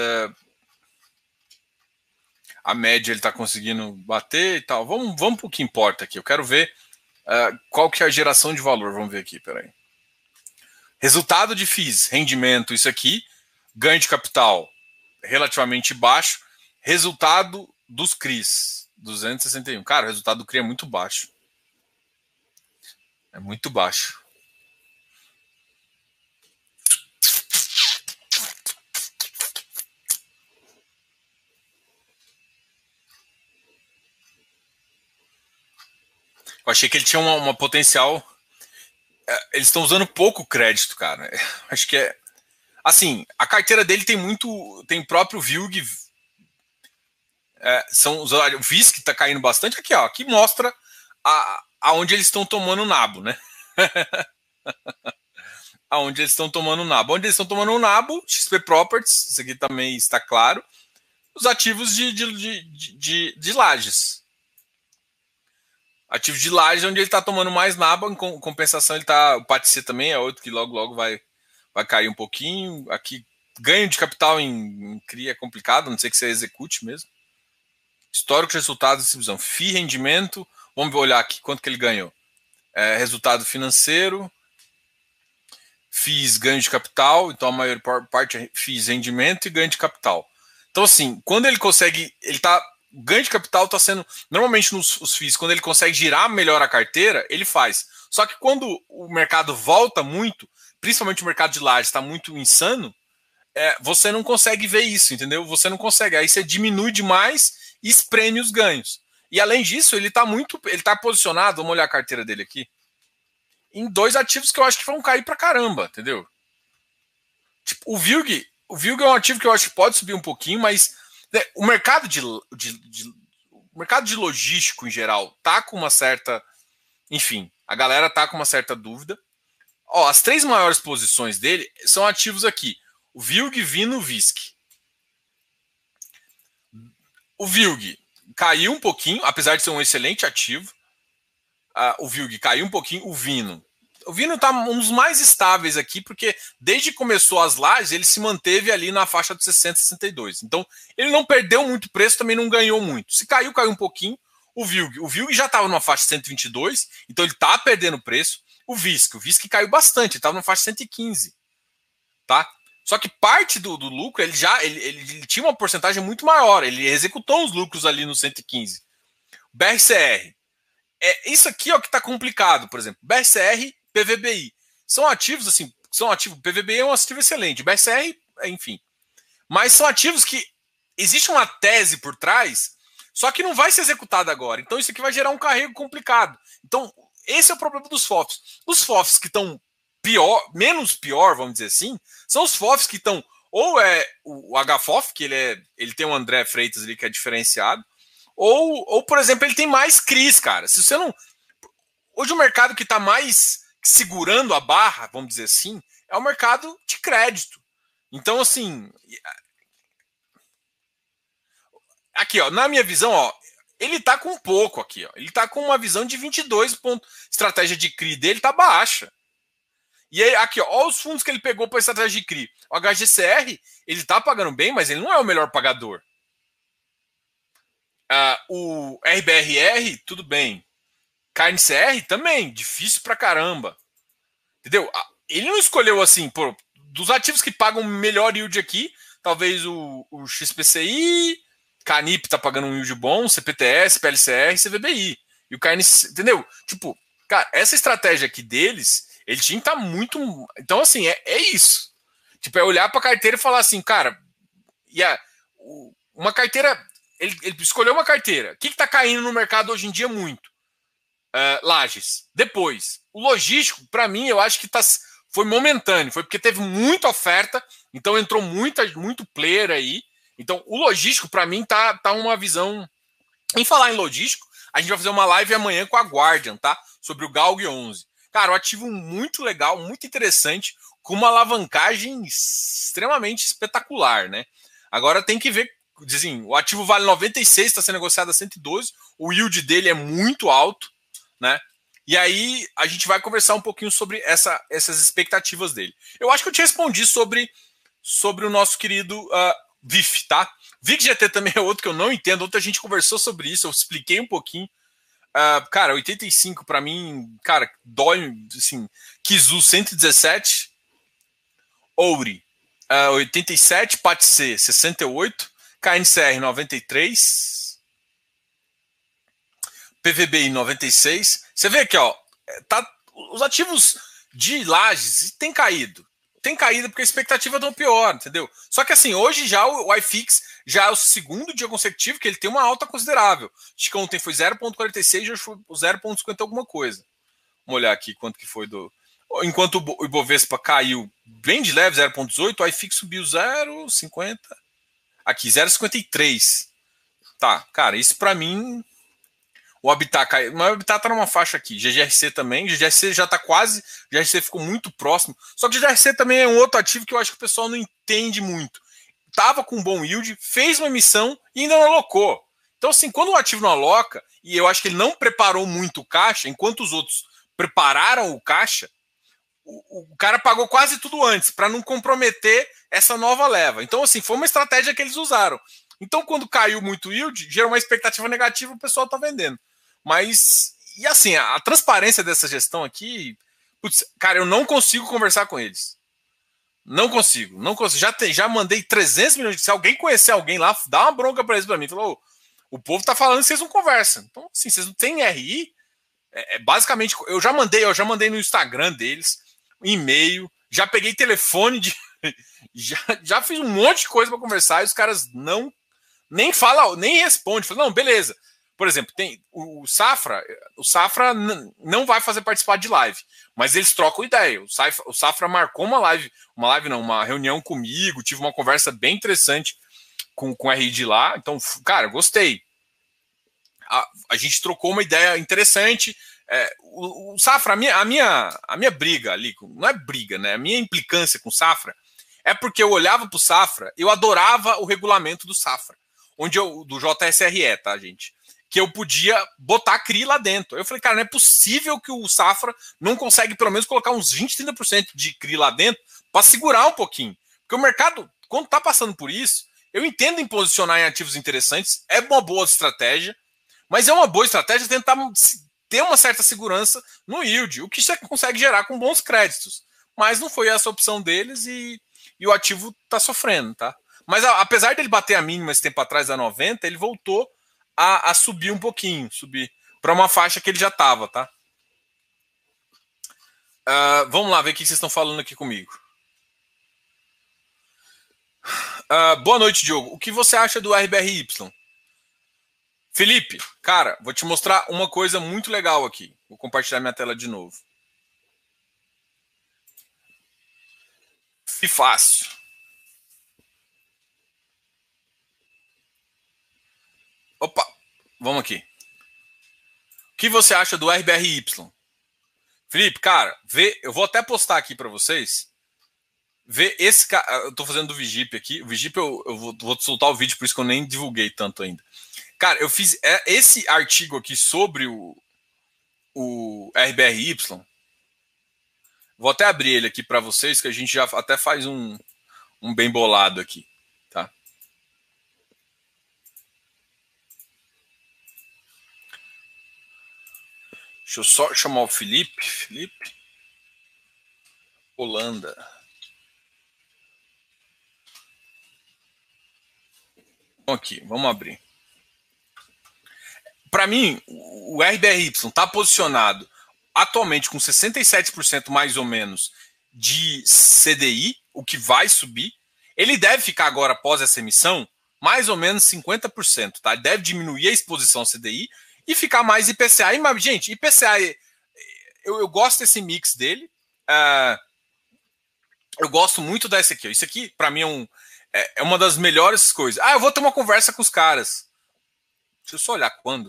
A média ele está conseguindo bater e tal. Vamos para o que importa aqui. Eu quero ver qual que é a geração de valor. Vamos ver aqui, peraí. Resultado de FIIs, rendimento, isso aqui. Ganho de capital relativamente baixo. Resultado dos CRIs, 261. Cara, o resultado do CRI é muito baixo. É muito baixo. Eu achei que ele tinha uma potencial. Eles estão usando pouco crédito, cara. Acho que é. Assim, a carteira dele tem muito. Tem próprio VILG. São os o VIS que está caindo bastante. Aqui, ó. Aqui mostra aonde eles estão tomando o nabo, né? Aonde eles estão tomando o nabo. Onde eles estão tomando o nabo, XP Properties, isso aqui também está claro. Os ativos de lajes. Ativo de laje, onde ele está tomando mais naba, em compensação ele tá. O Patice também é outro que logo vai cair um pouquinho. Aqui, ganho de capital em CRI é complicado, não sei que você execute mesmo. Histórico de resultados de distribuição. FII, rendimento. Vamos olhar aqui quanto que ele ganhou. Resultado financeiro. FIIs, ganho de capital. Então a maior parte é FIIs, rendimento e ganho de capital. Então, assim, quando ele consegue. Ele tá. O ganho de capital está sendo. Normalmente nos FIIs, quando ele consegue girar melhor a carteira, ele faz. Só que quando o mercado volta muito, principalmente o mercado de lajes está muito insano, você não consegue ver isso, entendeu? Você não consegue. Aí você diminui demais e espreme os ganhos. E além disso, ele está muito. Ele está posicionado, vamos olhar a carteira dele aqui, em dois ativos que eu acho que vão cair pra caramba, entendeu? Tipo, o VILG é um ativo que eu acho que pode subir um pouquinho, mas o mercado o mercado de logístico em geral tá com uma certa. Enfim, a galera tá com uma certa dúvida. Ó, as três maiores posições dele são ativos aqui: o VILG, Vino, VISC. O VILG caiu um pouquinho, apesar de ser um excelente ativo. O VILG caiu um pouquinho, o Vino. O Vino está um dos mais estáveis aqui, porque desde que começou as lajes, ele se manteve ali na faixa de 60, 62. Então, ele não perdeu muito preço, também não ganhou muito. Se caiu um pouquinho. O VILG já estava numa faixa de 122, então ele está perdendo preço. O VISC caiu bastante, estava numa faixa de 115. Tá? Só que parte do lucro, ele tinha uma porcentagem muito maior, ele executou os lucros ali no 115. BRCR. Isso aqui é o que está complicado, por exemplo. BRCR, PVBI. São ativos, assim, PVBI é um ativo excelente, BRCR, enfim. Mas são ativos que existe uma tese por trás, só que não vai ser executada agora. Então isso aqui vai gerar um carrego complicado. Então, esse é o problema dos FOFs. Os FOFs que estão pior, menos pior, vamos dizer assim, são os FOFs que estão, ou é o HFOF, que ele tem o André Freitas ali que é diferenciado, ou, por exemplo, ele tem mais CRIs, cara. Se você não... Hoje o mercado que está mais segurando a barra, vamos dizer assim, é o mercado de crédito. Então, assim, aqui, ó, na minha visão, ó, ele tá com pouco aqui, ó. Ele tá com uma visão de 22 pontos. Estratégia de CRI dele tá baixa. E aí, aqui, ó os fundos que ele pegou para estratégia de CRI. O HGCR, ele tá pagando bem, mas ele não é o melhor pagador. O RBRR, tudo bem. KNCR também, difícil pra caramba. Entendeu? Ele não escolheu assim, pô, dos ativos que pagam melhor yield aqui, talvez o XPCI, Canip tá pagando um yield bom, CPTS, PLCR, CVBI. E o KNC, entendeu? Tipo, cara, essa estratégia aqui deles, ele tinha que estar muito. Então, assim, é isso. Tipo, é olhar pra carteira e falar assim, cara, uma carteira. Ele escolheu uma carteira. O que tá caindo no mercado hoje em dia muito? Lages. Depois, o logístico, para mim, eu acho que foi momentâneo. Foi porque teve muita oferta, então entrou muito player aí. Então, o logístico, para mim, tá uma visão. Em falar em logístico, a gente vai fazer uma live amanhã com a Guardian, tá? Sobre o Galg 11. Cara, um ativo muito legal, muito interessante, com uma alavancagem extremamente espetacular, né? Agora tem que ver, assim, o ativo vale 96, está sendo negociado a 112, o yield dele é muito alto, né? E aí a gente vai conversar um pouquinho sobre essas expectativas dele. Eu acho que eu te respondi sobre o nosso querido VIF, tá? VIC-GT também é outro que eu não entendo. Ontem a gente conversou sobre isso, eu expliquei um pouquinho. Cara, 85 para mim, cara, dói, assim, Kizu 117, Ouri 87, PATC 68, KNCR 93, PVBI 96. Você vê aqui, ó, os ativos de Lages têm caído. Tem caído porque a expectativa é pior, entendeu? Só que assim, hoje já o iFix já é o segundo dia consecutivo que ele tem uma alta considerável. Acho que ontem foi 0,46 e hoje foi 0,50 alguma coisa. Vamos olhar aqui quanto que foi do... Enquanto o Ibovespa caiu bem de leve, 0,18, o iFix subiu 0,50. Aqui, 0,53. Tá, cara, isso para mim... O Habitat caiu. Mas o Habitat tá numa faixa aqui. GGRC também. GGRC já tá quase. GGRC ficou muito próximo. Só que GGRC também é um outro ativo que eu acho que o pessoal não entende muito. Tava com bom yield, fez uma emissão e ainda não alocou. Então, assim, quando o ativo não aloca, e eu acho que ele não preparou muito o caixa, enquanto os outros prepararam o caixa, o cara pagou quase tudo antes, para não comprometer essa nova leva. Então, assim, foi uma estratégia que eles usaram. Então, quando caiu muito o yield, gerou uma expectativa negativa, o pessoal tá vendendo. Mas, e assim, a transparência dessa gestão aqui, putz, cara, eu não consigo conversar com eles. Não consigo. Já mandei 300 milhões. Se alguém conhecer alguém lá, dá uma bronca para eles para mim. Falou, o povo tá falando que vocês não conversam. Então, assim, vocês não têm RI. Basicamente, eu já mandei no Instagram deles, e-mail, já peguei telefone de. já fiz um monte de coisa para conversar e os caras nem falam, nem respondem. Falam, não, beleza. Por exemplo, tem o Safra não vai fazer participar de live, mas eles trocam ideia. O Safra marcou uma reunião comigo, tive uma conversa bem interessante com o RI de lá. Então, cara, gostei. A gente trocou uma ideia interessante. O Safra, a minha briga ali, não é briga, né? A minha implicância com o Safra é porque eu olhava para o Safra, eu adorava o regulamento do Safra, do JSRE, tá, gente? Que eu podia botar CRI lá dentro. Eu falei, cara, não é possível que o Safra não consegue pelo menos colocar uns 20, 30% de CRI lá dentro para segurar um pouquinho. Porque o mercado, quando está passando por isso, eu entendo em posicionar em ativos interessantes, é uma boa estratégia, mas é uma boa estratégia tentar ter uma certa segurança no yield, o que você consegue gerar com bons créditos. Mas não foi essa a opção deles e o ativo está sofrendo, tá? Mas apesar dele bater a mínima esse tempo atrás da 90, ele voltou a subir um pouquinho, subir para uma faixa que ele já estava, tá? Vamos lá ver o que vocês estão falando aqui comigo. Boa noite, Diogo. O que você acha do RBRY? Felipe, cara, vou te mostrar uma coisa muito legal aqui. Vou compartilhar minha tela de novo. E fácil. Opa, vamos aqui. O que você acha do RBRY? Felipe, cara, eu vou até postar aqui para vocês. Vê esse cara. Eu tô fazendo do Vigip aqui. O Vigip eu vou soltar o vídeo, por isso que eu nem divulguei tanto ainda. Cara, eu fiz esse artigo aqui sobre o RBRY. Vou até abrir ele aqui para vocês, que a gente já até faz um bem bolado aqui, tá? Deixa eu só chamar o Felipe. Felipe Holanda. Aqui, vamos abrir. Para mim, o RBRY está posicionado atualmente com 67% mais ou menos de CDI, o que vai subir. Ele deve ficar agora, após essa emissão, mais ou menos 50%. Tá? Ele deve diminuir a exposição ao CDI e ficar mais IPCA. E, gente, IPCA, eu gosto desse mix dele. Eu gosto muito dessa aqui. Isso aqui, para mim, é uma das melhores coisas. Eu vou ter uma conversa com os caras. Deixa eu só olhar quando.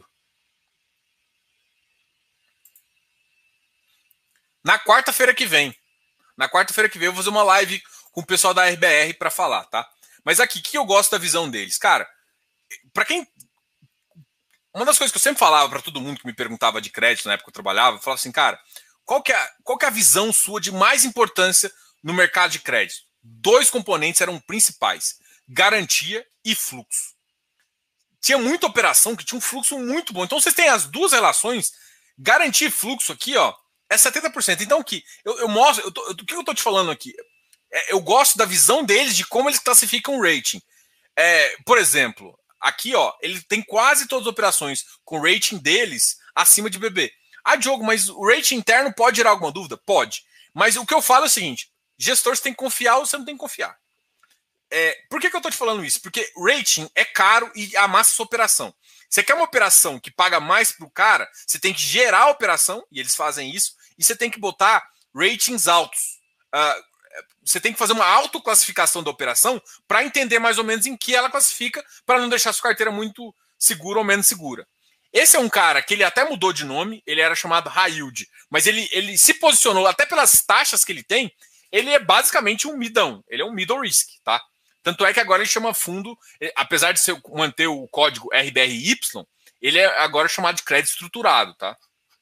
Na quarta-feira que vem. Na quarta-feira que vem eu vou fazer uma live com o pessoal da RBR para falar, tá? Mas aqui, o que eu gosto da visão deles? Cara, para quem... Uma das coisas que eu sempre falava para todo mundo que me perguntava de crédito na época que eu trabalhava, eu falava assim, cara, qual que é a visão sua de mais importância no mercado de crédito? 2 componentes eram principais: garantia e fluxo. Tinha muita operação que tinha um fluxo muito bom. Então vocês têm as duas relações, garantia e fluxo aqui, ó, é 70%. Então aqui, eu mostro, o que eu estou te falando aqui? Eu gosto da visão deles de como eles classificam o rating. Por exemplo, aqui, ó, ele tem quase todas as operações com o rating deles acima de BB. Diogo, mas o rating interno pode gerar alguma dúvida? Pode. Mas o que eu falo é o seguinte: gestor, você tem que confiar ou você não tem que confiar. Por que eu estou te falando isso? Porque rating é caro e amassa sua operação. Você quer uma operação que paga mais para o cara, você tem que gerar a operação, e eles fazem isso, e você tem que botar ratings altos. Você tem que fazer uma autoclassificação da operação para entender mais ou menos em que ela classifica, para não deixar sua carteira muito segura ou menos segura. Esse é um cara que ele até mudou de nome, ele era chamado High Yield, mas ele se posicionou, até pelas taxas que ele tem, ele é basicamente um midão, ele é um middle risk, tá? Tanto é que agora ele chama fundo, apesar de manter o código RBRY, ele é agora chamado de crédito estruturado, tá?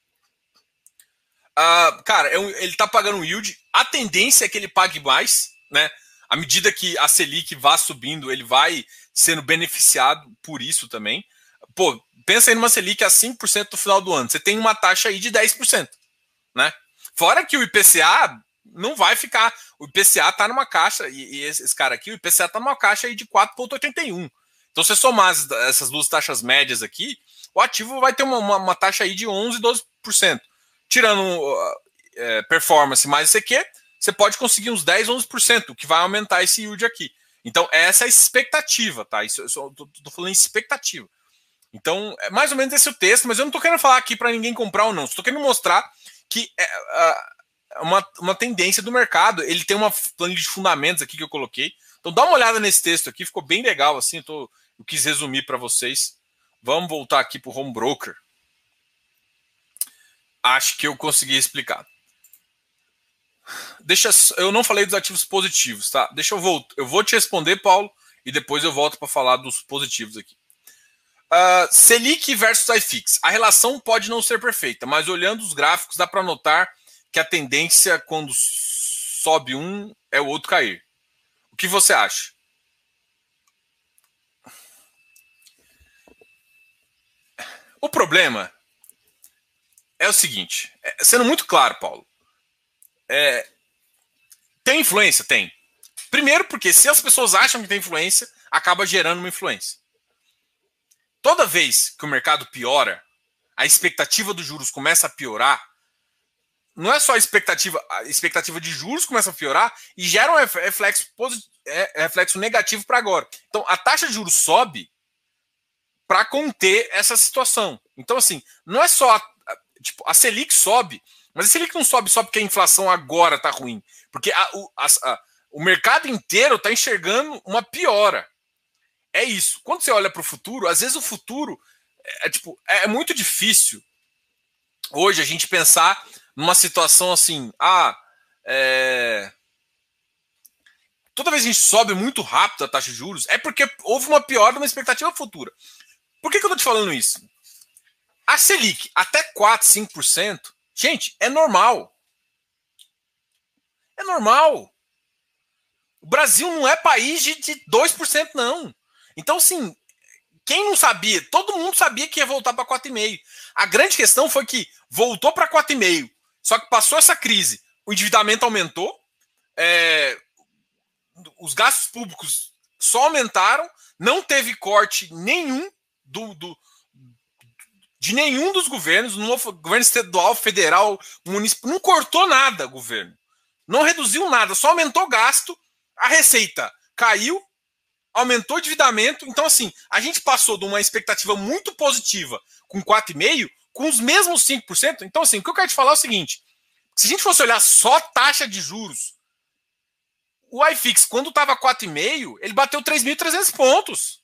Cara, ele está pagando um yield, a tendência é que ele pague mais, né? À medida que a Selic vá subindo, ele vai sendo beneficiado por isso também. Pô, pensa aí numa Selic a 5% no final do ano, você tem uma taxa aí de 10%, né? Fora que o IPCA não vai ficar. O IPCA está numa caixa, e esse cara aqui, o IPCA está numa caixa aí de 4,81. Então, se você somar essas duas taxas médias aqui, o ativo vai ter uma taxa aí de 11, 12%. Tirando performance mais CQ, você pode conseguir uns 10, 11%, que vai aumentar esse yield aqui. Então, essa é a expectativa, tá? Isso, eu estou falando em expectativa. Então, é mais ou menos esse o texto, mas eu não estou querendo falar aqui para ninguém comprar ou não. Estou querendo mostrar que uma tendência do mercado. Ele tem uma planilha de fundamentos aqui que eu coloquei. Então dá uma olhada nesse texto aqui, ficou bem legal assim. Eu quis resumir para vocês. Vamos voltar aqui para o Home Broker. Acho que eu consegui explicar. Eu não falei dos ativos positivos, tá? Deixa eu voltar. Eu vou te responder, Paulo, e depois eu volto para falar dos positivos aqui. Selic versus iFix. A relação pode não ser perfeita, mas olhando os gráficos dá para notar que a tendência quando sobe um é o outro cair. O que você acha? O problema é o seguinte, sendo muito claro, Paulo, tem influência? Tem. Primeiro porque se as pessoas acham que tem influência, acaba gerando uma influência. Toda vez que o mercado piora, a expectativa dos juros começa a piorar, não é só a expectativa de juros começa a piorar e gera um reflexo negativo para agora. Então, a taxa de juros sobe para conter essa situação. Então, assim, não é só a Selic sobe, mas a Selic não sobe só porque a inflação agora está ruim. Porque o mercado inteiro está enxergando uma piora. É isso. Quando você olha para o futuro, às vezes o futuro é muito difícil hoje a gente pensar numa situação assim, toda vez que a gente sobe muito rápido a taxa de juros, é porque houve uma piora de uma expectativa futura. Por que eu estou te falando isso? A Selic até 4, 5%, gente, é normal. É normal. O Brasil não é país de 2%, não. Então, assim, quem não sabia? Todo mundo sabia que ia voltar para 4,5%. A grande questão foi que voltou para 4,5%. Só que passou essa crise, o endividamento aumentou, os gastos públicos só aumentaram, não teve corte nenhum de nenhum dos governos, no governo estadual, federal, municipal, não cortou nada o governo. Não reduziu nada, só aumentou gasto, a receita caiu, aumentou o endividamento. Então, assim, a gente passou de uma expectativa muito positiva com 4,5% com os mesmos 5%. Então, assim, o que eu quero te falar é o seguinte: se a gente fosse olhar só taxa de juros, o iFix, quando estava 4,5%, ele bateu 3.300 pontos.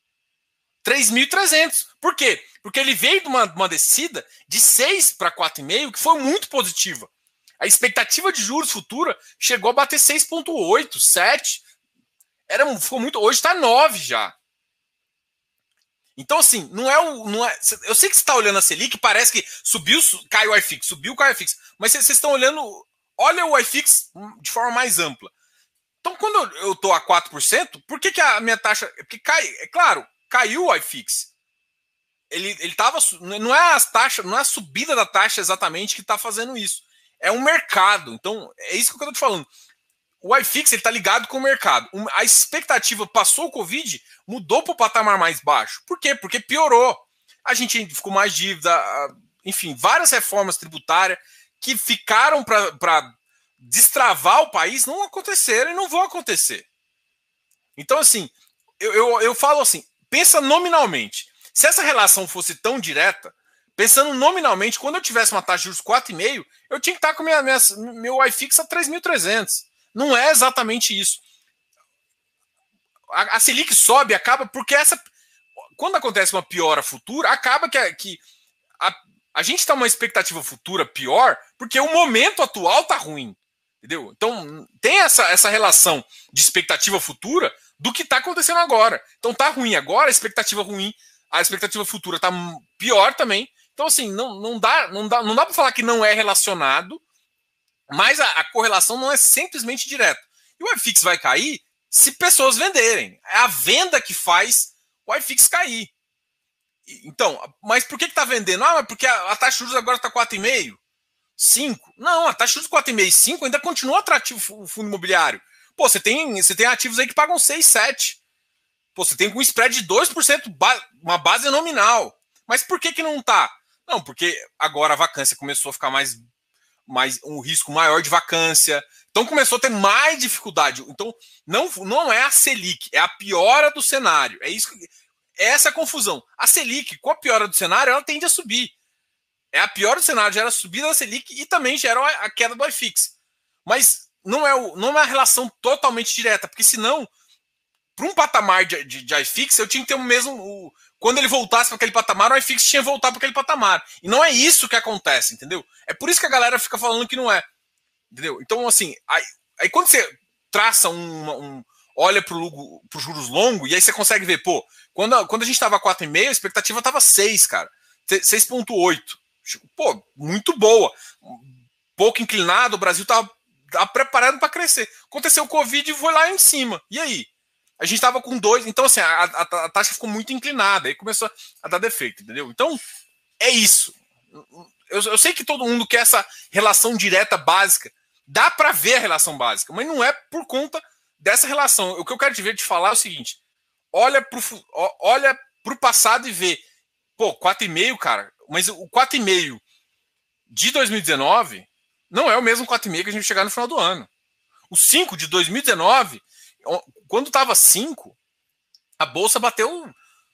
3.300. Por quê? Porque ele veio de uma descida de 6 para 4,5, que foi muito positiva. A expectativa de juros futura chegou a bater 6,8, 7. Ficou muito. Hoje está 9 já. Então, assim, não é. Eu sei que você está olhando a Selic, parece que subiu, caiu o iFix, subiu, caiu o iFix. Mas vocês estão olhando. Olha o iFix de forma mais ampla. Então, quando eu estou a 4%, por que a minha taxa. Porque cai, é claro, caiu o iFix. Ele tava. Não é as taxas, não é a subida da taxa exatamente que está fazendo isso. É um mercado. Então, é isso que eu estou te falando. O iFix está ligado com o mercado. A expectativa passou o Covid, mudou para o patamar mais baixo. Por quê? Porque piorou. A gente ficou mais dívida, enfim, várias reformas tributárias que ficaram para destravar o país não aconteceram e não vão acontecer. Então, assim, eu falo assim, pensa nominalmente. Se essa relação fosse tão direta, pensando nominalmente, quando eu tivesse uma taxa de juros 4,5, eu tinha que estar com meu iFix a 3.300. Não é exatamente isso. A Selic sobe, acaba porque quando acontece uma piora futura, acaba que a gente está uma expectativa futura pior porque o momento atual está ruim. Entendeu? Então, tem essa relação de expectativa futura do que está acontecendo agora. Então, tá ruim agora, a expectativa ruim, a expectativa futura está pior também. Então, assim, não dá para falar que não é relacionado, mas a correlação não é simplesmente direta. E o iFix vai cair se pessoas venderem. É a venda que faz o iFix cair. Então, mas por que está vendendo? Mas porque a taxa de juros agora está 4,5%, 5%. Não, a taxa de juros 4,5% e 5% ainda continua atrativo o fundo imobiliário. Pô, você tem ativos aí que pagam 6%, 7%. Pô, você tem um spread de 2%, uma base nominal. Mas por que não está? Não, porque agora a vacância começou a ficar mais um risco maior de vacância. Então começou a ter mais dificuldade. Então não é a Selic, é a piora do cenário. É essa a confusão. A Selic, com a piora do cenário, ela tende a subir. É a piora do cenário, gera a subida da Selic e também gera a queda do iFix. Mas não é uma relação totalmente direta, porque senão, para um patamar de iFix, eu tinha que ter o mesmo. Quando ele voltasse para aquele patamar, o iFix tinha que voltar para aquele patamar. E não é isso que acontece, entendeu? É por isso que a galera fica falando que não é. Entendeu? Então, assim, aí quando você traça olha para os juros longos, e aí você consegue ver, pô, quando a gente estava 4,5, a expectativa estava 6, cara. 6,8. Pô, muito boa. Pouco inclinado, o Brasil estava preparado para crescer. Aconteceu o Covid e foi lá em cima. E aí? A gente estava com 2, então assim, a taxa ficou muito inclinada, aí começou a dar defeito, entendeu? Então, é isso. Eu sei que todo mundo quer essa relação direta básica. Dá para ver a relação básica, mas não é por conta dessa relação. O que eu quero te falar é o seguinte: olha pro passado e vê. Pô, 4,5, cara, mas o 4,5 de 2019 não é o mesmo 4,5 que a gente chegar no final do ano. O 5 de 2019, quando estava 5, a bolsa bateu,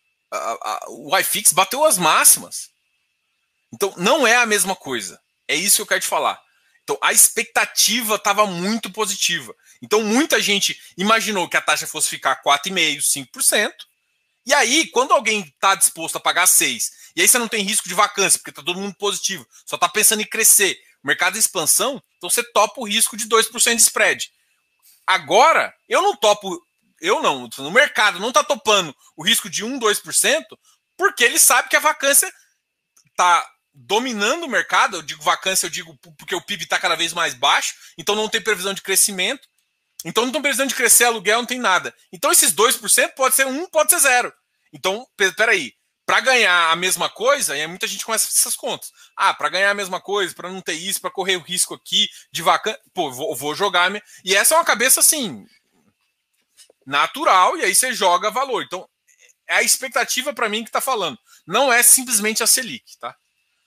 o iFix bateu as máximas. Então, não é a mesma coisa. É isso que eu quero te falar. Então, a expectativa estava muito positiva. Então, muita gente imaginou que a taxa fosse ficar 4,5%, 5%. E aí, quando alguém está disposto a pagar 6%, e aí você não tem risco de vacância, porque está todo mundo positivo, só está pensando em crescer, mercado em expansão, então você topa o risco de 2% de spread. Agora, eu não topo, no mercado não está topando o risco de 1%, 2%, porque ele sabe que a vacância está dominando o mercado. Eu digo vacância, eu digo porque o PIB está cada vez mais baixo, então não tem previsão de crescimento. Então não tem previsão de crescer aluguel, não tem nada. Então esses 2% pode ser 1, pode ser 0. Então, peraí, para ganhar a mesma coisa, e aí muita gente começa essas contas. Para ganhar a mesma coisa, para não ter isso, para correr o risco aqui de vacância, vou jogar. E essa é uma cabeça assim, natural, e aí você joga valor. Então, é a expectativa para mim que está falando. Não é simplesmente a Selic, tá?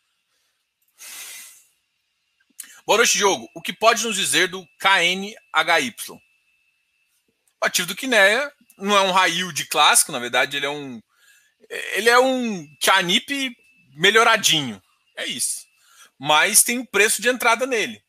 Boa noite, Diogo. O que pode nos dizer do KNHY? O ativo do Kinea não é um high yield clássico, na verdade ele é um Canip melhoradinho. É isso. Mas tem o preço de entrada nele.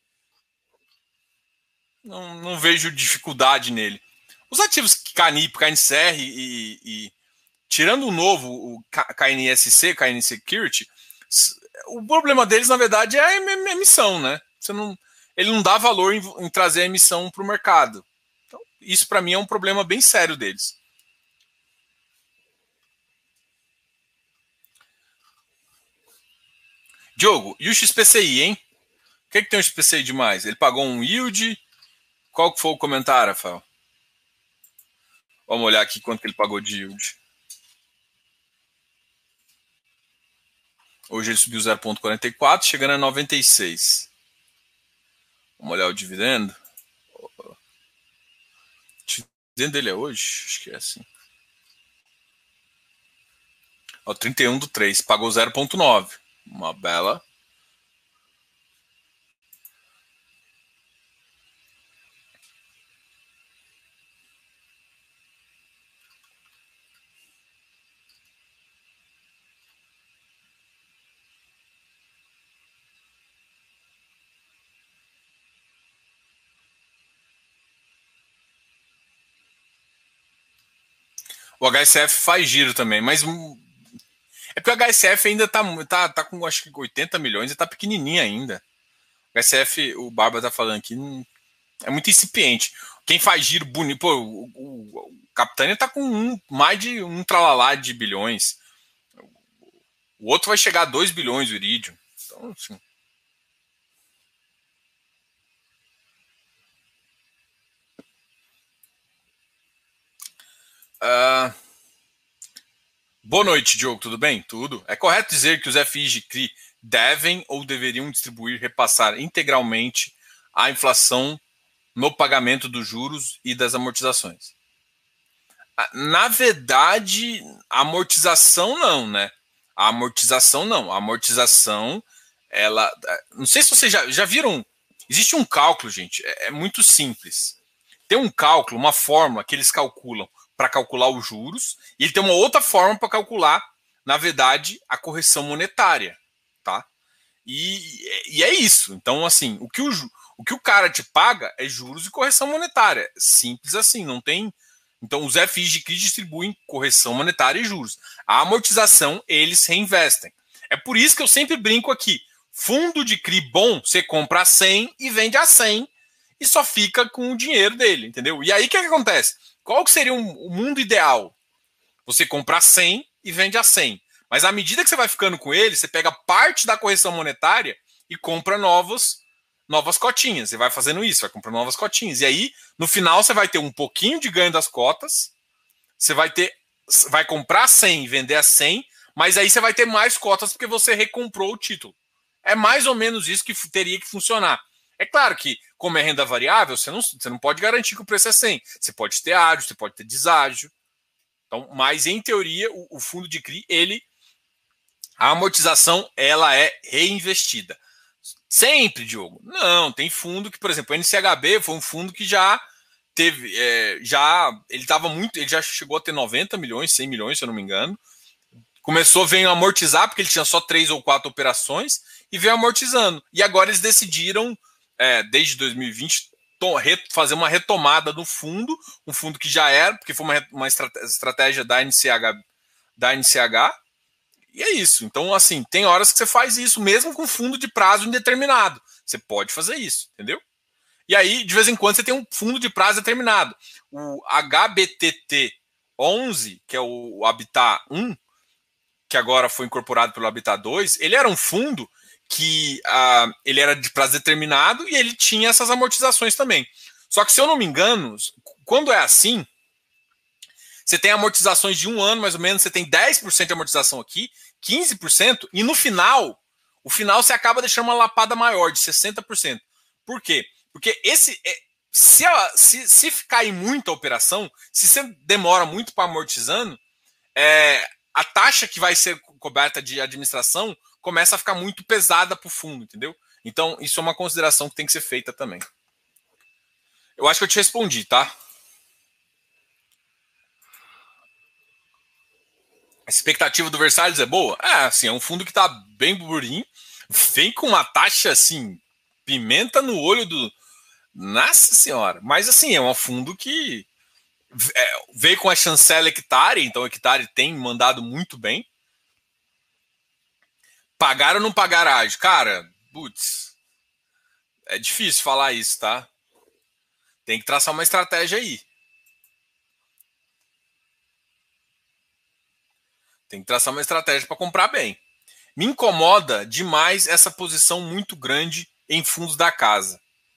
Não vejo dificuldade nele. Os ativos Canip, KNCR e tirando o novo, o KNSC, KN Security, o problema deles, na verdade, é a emissão, né? Ele não dá valor em trazer a emissão para o mercado. Então, isso, para mim, é um problema bem sério deles. Diogo, e o XPCI, hein? O que tem o XPCI demais? Ele pagou um yield? Qual que foi o comentário, Rafael? Vamos olhar aqui quanto que ele pagou de yield. Hoje ele subiu 0,44, chegando a 96. Vamos olhar o dividendo. O dividendo dele é hoje? Acho que é assim. 31/3, pagou 0,9. Uma bela. O HSF faz giro também, mas é porque o HSF ainda tá com acho que 80 milhões e tá pequenininho ainda. O HSF, o Barba tá falando aqui, é muito incipiente. Quem faz giro bonito, pô, o Capitânia tá com mais de um tralalá de bilhões. O outro vai chegar a 2 bilhões, o Iridium. Então, assim. Boa noite, Diogo, tudo bem? Tudo. É correto dizer que os FIs de CRI devem ou deveriam distribuir, repassar integralmente a inflação no pagamento dos juros e das amortizações? Na verdade, a amortização não, né? A amortização não. A amortização, ela... Não sei se vocês já viram... Existe um cálculo, gente, é muito simples. Tem um cálculo, uma fórmula que eles calculam para calcular os juros, e ele tem uma outra forma para calcular, na verdade, a correção monetária, tá? E é isso. Então, assim, o que o cara te paga é juros e correção monetária. Simples assim, não tem... Então, os FIs de CRI distribuem correção monetária e juros. A amortização, eles reinvestem. É por isso que eu sempre brinco aqui. Fundo de CRI bom, você compra a 100 e vende a 100 e só fica com o dinheiro dele, entendeu? E aí, o que acontece? Qual que seria o mundo ideal? Você comprar 100 e vende a 100. Mas à medida que você vai ficando com ele, você pega parte da correção monetária e compra novas cotinhas. Você vai fazendo isso, vai comprando novas cotinhas. E aí, no final, você vai ter um pouquinho de ganho das cotas, você vai comprar 100 e vender a 100, mas aí você vai ter mais cotas porque você recomprou o título. É mais ou menos isso que teria que funcionar. É claro que, como é renda variável, você não pode garantir que o preço é 100. Você pode ter ágio, você pode ter deságio. Então, mas, em teoria, o fundo de CRI, a amortização, ela é reinvestida. Sempre, Diogo? Não, tem fundo que, por exemplo, o NCHB foi um fundo que já teve, ele já chegou a ter 90 milhões, 100 milhões, se eu não me engano. Veio amortizar, porque ele tinha só 3 ou 4 operações, e veio amortizando. E agora eles decidiram, desde 2020, fazer uma retomada do fundo, um fundo que já era, porque foi uma estratégia da NCH, e é isso. Então, assim, tem horas que você faz isso, mesmo com fundo de prazo indeterminado. Você pode fazer isso, entendeu? E aí, de vez em quando, você tem um fundo de prazo determinado. O HBTT 11, que é o Habitat 1, que agora foi incorporado pelo Habitat 2, ele era um fundo que ele era de prazo determinado e ele tinha essas amortizações também. Só que, se eu não me engano, quando é assim, você tem amortizações de 1 ano, mais ou menos, você tem 10% de amortização aqui, 15%, e no final, você acaba deixando uma lapada maior, de 60%. Por quê? Porque se ficar em muita operação, se você demora muito para amortizando, a taxa que vai ser coberta de administração começa a ficar muito pesada para o fundo, entendeu? Então, isso é uma consideração que tem que ser feita também. Eu acho que eu te respondi, tá? A expectativa do Versalhes é boa? Assim, é um fundo que tá bem burburinho, vem com uma taxa, assim, pimenta no olho do... Nossa Senhora! Mas, assim, é um fundo que veio com a chancela Hectare, então a Hectare tem mandado muito bem. Pagar ou não pagar ágio? Cara, putz, é difícil falar isso, tá? Tem que traçar uma estratégia aí. Tem que traçar uma estratégia para comprar bem. Me incomoda demais essa posição muito grande em fundos da casa.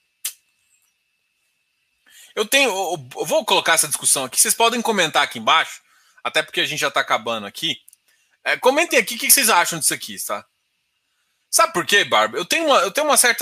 Eu vou colocar essa discussão aqui. Vocês podem comentar aqui embaixo, até porque a gente já está acabando aqui. Comentem aqui o que vocês acham disso aqui, tá? Sabe por quê, Barba? Eu tenho uma certa.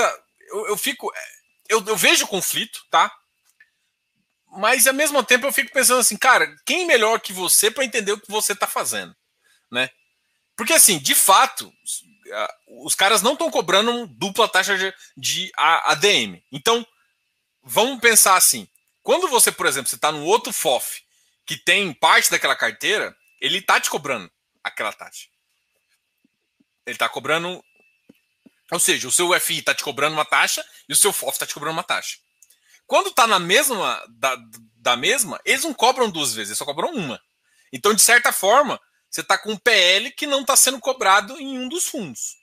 Eu vejo conflito, tá? Mas ao mesmo tempo eu fico pensando assim, cara, quem melhor que você para entender o que você está fazendo, né? Porque assim, de fato, os caras não estão cobrando dupla taxa de ADM. Então, vamos pensar assim, quando você, por exemplo, você está num outro FOF que tem parte daquela carteira, ele está te cobrando aquela taxa. Ele está cobrando, ou seja, o seu FI está te cobrando uma taxa e o seu FOF está te cobrando uma taxa. Quando está na mesma da mesma, eles não cobram duas vezes, eles só cobram uma. Então, de certa forma, você está com um PL que não está sendo cobrado em um dos fundos.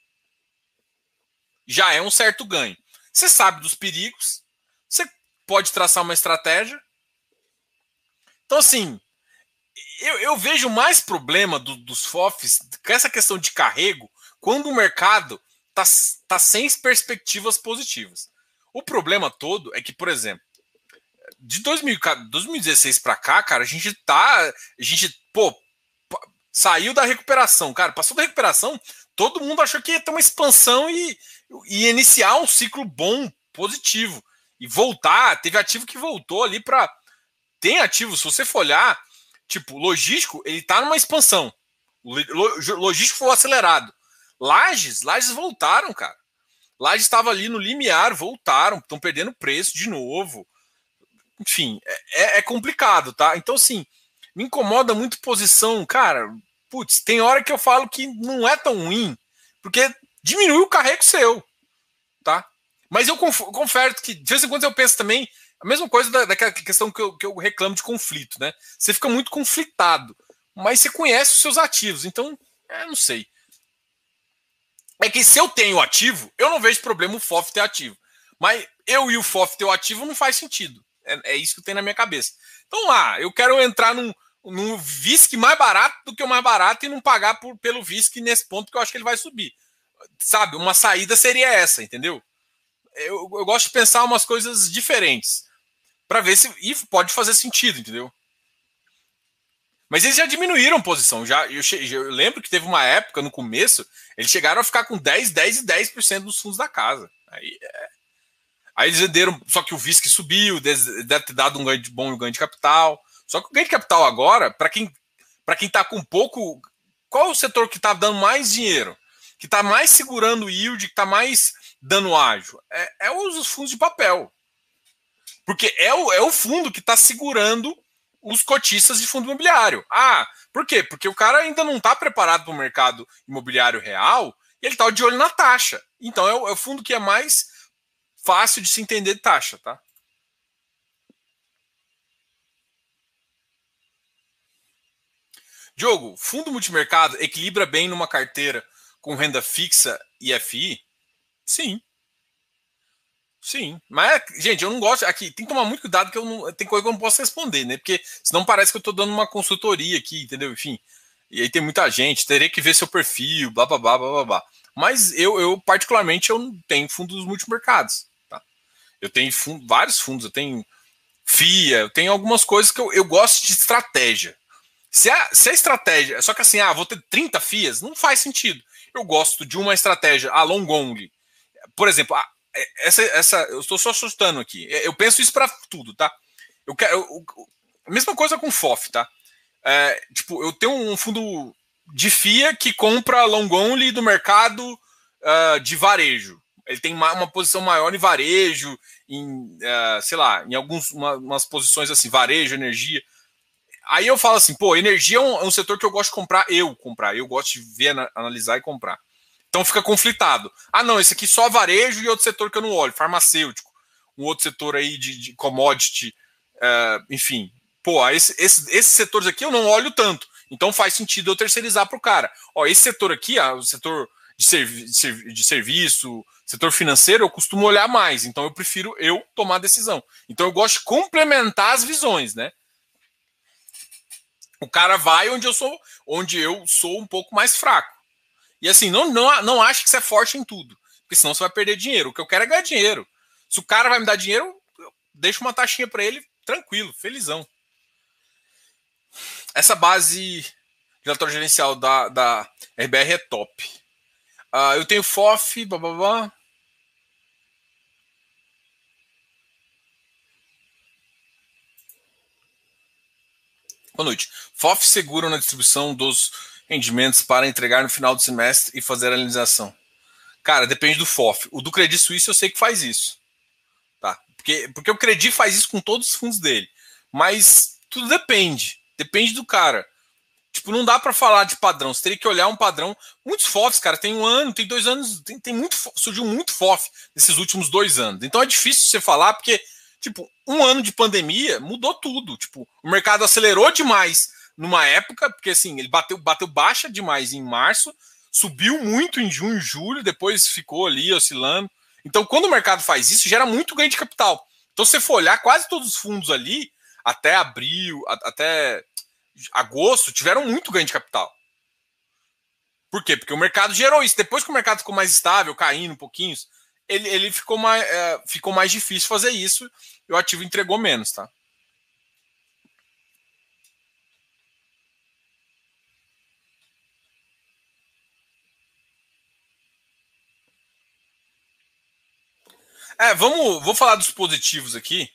Já é um certo ganho. Você sabe dos perigos, você pode traçar uma estratégia. Então, assim, eu vejo mais problema dos FOFs com essa questão de carrego quando o mercado está sem perspectivas positivas. O problema todo é que, por exemplo, de 2016 para cá, cara, a gente saiu da recuperação, cara, passou da recuperação, todo mundo achou que ia ter uma expansão e iniciar um ciclo bom, positivo, e voltar, teve ativo que voltou ali para... Tem ativo, se você for olhar, tipo, logístico, ele tá numa expansão, logístico foi acelerado, Lages voltaram, cara, Lages estava ali no limiar, voltaram, estão perdendo preço de novo, enfim, é complicado, tá? Então, assim, me incomoda muito posição, cara. Putz, tem hora que eu falo que não é tão ruim, porque diminui o carrego seu, tá? Mas eu confere que de vez em quando eu penso também a mesma coisa daquela questão que eu reclamo de conflito, né? Você fica muito conflitado, mas você conhece os seus ativos, então, não sei. É que se eu tenho ativo, eu não vejo problema o FOF ter ativo. Mas eu e o FOF ter o ativo não faz sentido. É isso que eu tenho na minha cabeça. Então, eu quero entrar num VISC mais barato do que o mais barato e não pagar pelo VISC nesse ponto, porque eu acho que ele vai subir. Sabe, uma saída seria essa, entendeu? Eu gosto de pensar umas coisas diferentes para ver se pode fazer sentido, entendeu? Mas eles já diminuíram posição. Eu lembro que teve uma época no começo, eles chegaram a ficar com 10 e 10% dos fundos da casa. Aí eles venderam, só que o VISC subiu, deve ter dado um bom ganho de capital. Só que o ganho de capital agora, para quem está com pouco, qual é o setor que está dando mais dinheiro? Que está mais segurando o yield, que está mais dando ágio? É os fundos de papel. Porque é o fundo que está segurando os cotistas de fundo imobiliário. Por quê? Porque o cara ainda não está preparado para o mercado imobiliário real e ele está de olho na taxa. Então é o fundo que é mais fácil de se entender de taxa, tá? Diogo, fundo multimercado equilibra bem numa carteira com renda fixa e FI? Sim. Sim, mas, gente, eu não gosto. Aqui, tem que tomar muito cuidado que eu não. Tem coisa que eu não posso responder, né? Porque senão parece que eu tô dando uma consultoria aqui, entendeu? Enfim. E aí tem muita gente, teria que ver seu perfil, blá blá blá blá blá blá. Mas eu particularmente, eu não tenho fundos multimercados. Tá? Eu tenho vários fundos, eu tenho FIA, eu tenho algumas coisas que eu gosto de estratégia. Se a estratégia. Só que assim, vou ter 30 FIAs, não faz sentido. Eu gosto de uma estratégia, a long only. Por exemplo, eu estou só assustando aqui. Eu penso isso para tudo, tá? Eu quero. Mesma coisa com FOF, tá? Tipo, eu tenho um fundo de FIA que compra long only do mercado de varejo. Ele tem uma posição maior em varejo, sei lá, em umas posições assim, varejo, energia. Aí eu falo assim, pô, energia é um setor que eu gosto de comprar. Eu gosto de ver, analisar e comprar. Então fica conflitado. Não, esse aqui só varejo e outro setor que eu não olho, farmacêutico. Um outro setor aí de commodity, enfim. Pô, esses setores aqui eu não olho tanto. Então faz sentido eu terceirizar para o cara. Esse setor aqui, o setor de serviço, setor financeiro, eu costumo olhar mais. Então eu prefiro eu tomar a decisão. Então eu gosto de complementar as visões, né? O cara vai onde eu sou um pouco mais fraco. E assim, não acho que você é forte em tudo. Porque senão você vai perder dinheiro. O que eu quero é ganhar dinheiro. Se o cara vai me dar dinheiro, eu deixo uma taxinha para ele, tranquilo, felizão. Essa base relatório gerencial da RBR é top. Eu tenho FOF, blá blá blá. Boa noite. FOF seguram na distribuição dos rendimentos para entregar no final do semestre e fazer a analisação. Cara, depende do FOF. O do Credit Suisse eu sei que faz isso. Tá? Porque o Credit faz isso com todos os fundos dele. Mas tudo depende. Depende do cara. Tipo, não dá para falar de padrão. Você teria que olhar um padrão. Muitos FOFs, cara, tem 1 ano, tem 2 anos, surgiu muito FOF nesses últimos 2 anos. Então é difícil você falar, porque, tipo, 1 ano de pandemia mudou tudo. Tipo, o mercado acelerou demais numa época, porque assim, ele bateu baixa demais em março, subiu muito em junho e julho, depois ficou ali oscilando. Então, quando o mercado faz isso, gera muito ganho de capital. Então, se você for olhar, quase todos os fundos ali, até abril, até agosto, tiveram muito ganho de capital. Por quê? Porque o mercado gerou isso. Depois que o mercado ficou mais estável, caindo um pouquinho, ele ficou mais difícil fazer isso e o ativo entregou menos, tá? Vou falar dos positivos aqui.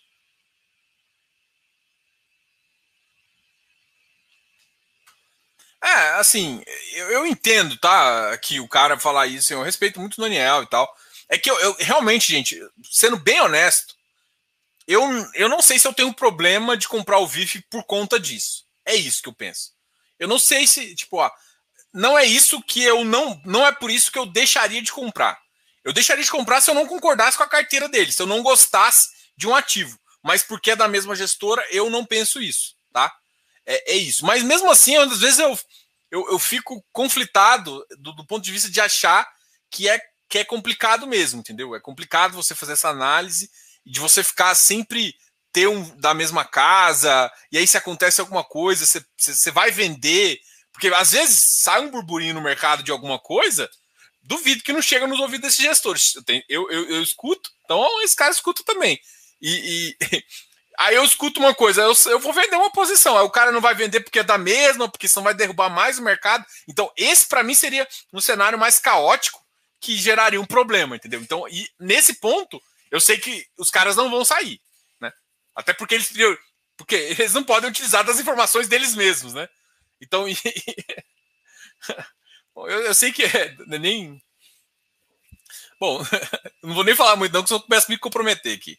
Assim, eu entendo, tá? Que o cara falar isso, eu respeito muito o Daniel e tal. É que eu realmente, gente, sendo bem honesto, eu não sei se eu tenho um problema de comprar o VIF por conta disso. É isso que eu penso. Eu não sei se, tipo, não é isso que eu não é por isso que eu deixaria de comprar. Eu deixaria de comprar se eu não concordasse com a carteira dele, se eu não gostasse de um ativo. Mas porque é da mesma gestora, eu não penso isso, tá? É isso. Mas mesmo assim, às vezes eu fico conflitado do ponto de vista de achar que é complicado mesmo, entendeu? É complicado você fazer essa análise e de você ficar sempre ter da mesma casa, e aí se acontece alguma coisa, você vai vender, porque às vezes sai um burburinho no mercado de alguma coisa, duvido que não chega nos ouvidos desses gestores. Eu escuto, então esse cara escuta também. Aí eu escuto uma coisa, eu vou vender uma posição, aí o cara não vai vender porque é da mesma, porque senão vai derrubar mais o mercado. Então, esse para mim seria um cenário mais caótico que geraria um problema, entendeu? Então, nesse ponto, eu sei que os caras não vão sair, né? Até porque eles não podem utilizar das informações deles mesmos, né? Então, eu sei que nem. Bom, não vou nem falar muito, não, que eu começo a me comprometer aqui.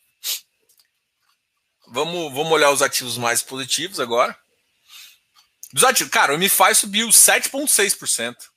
Vamos olhar os ativos mais positivos agora. Dos ativos, cara, o MiFi subiu 7,6%.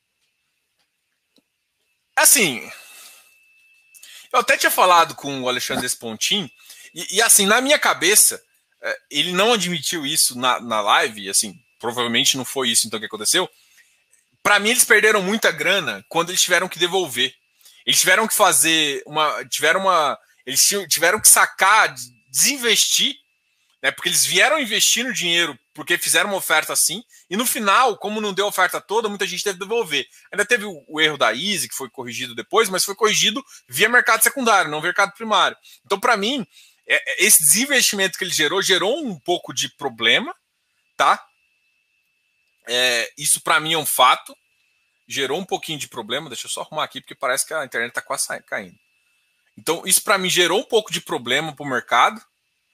Assim, eu até tinha falado com o Alexandre Espontin, e assim, na minha cabeça, ele não admitiu isso na live, assim, provavelmente não foi isso então que aconteceu. Para mim, eles perderam muita grana quando eles tiveram que devolver. Eles tiveram que fazer eles tiveram que sacar, desinvestir, né? Porque eles vieram investindo dinheiro porque fizeram uma oferta assim, e no final, como não deu a oferta toda, muita gente teve que devolver. Ainda teve o erro da Easy, que foi corrigido depois, mas foi corrigido via mercado secundário, não mercado primário. Então, para mim, esse desinvestimento que ele gerou um pouco de problema, tá? Isso para mim é um fato. Gerou um pouquinho de problema. Deixa eu só arrumar aqui, porque parece que a internet está quase caindo. Então, isso para mim gerou um pouco de problema para o mercado.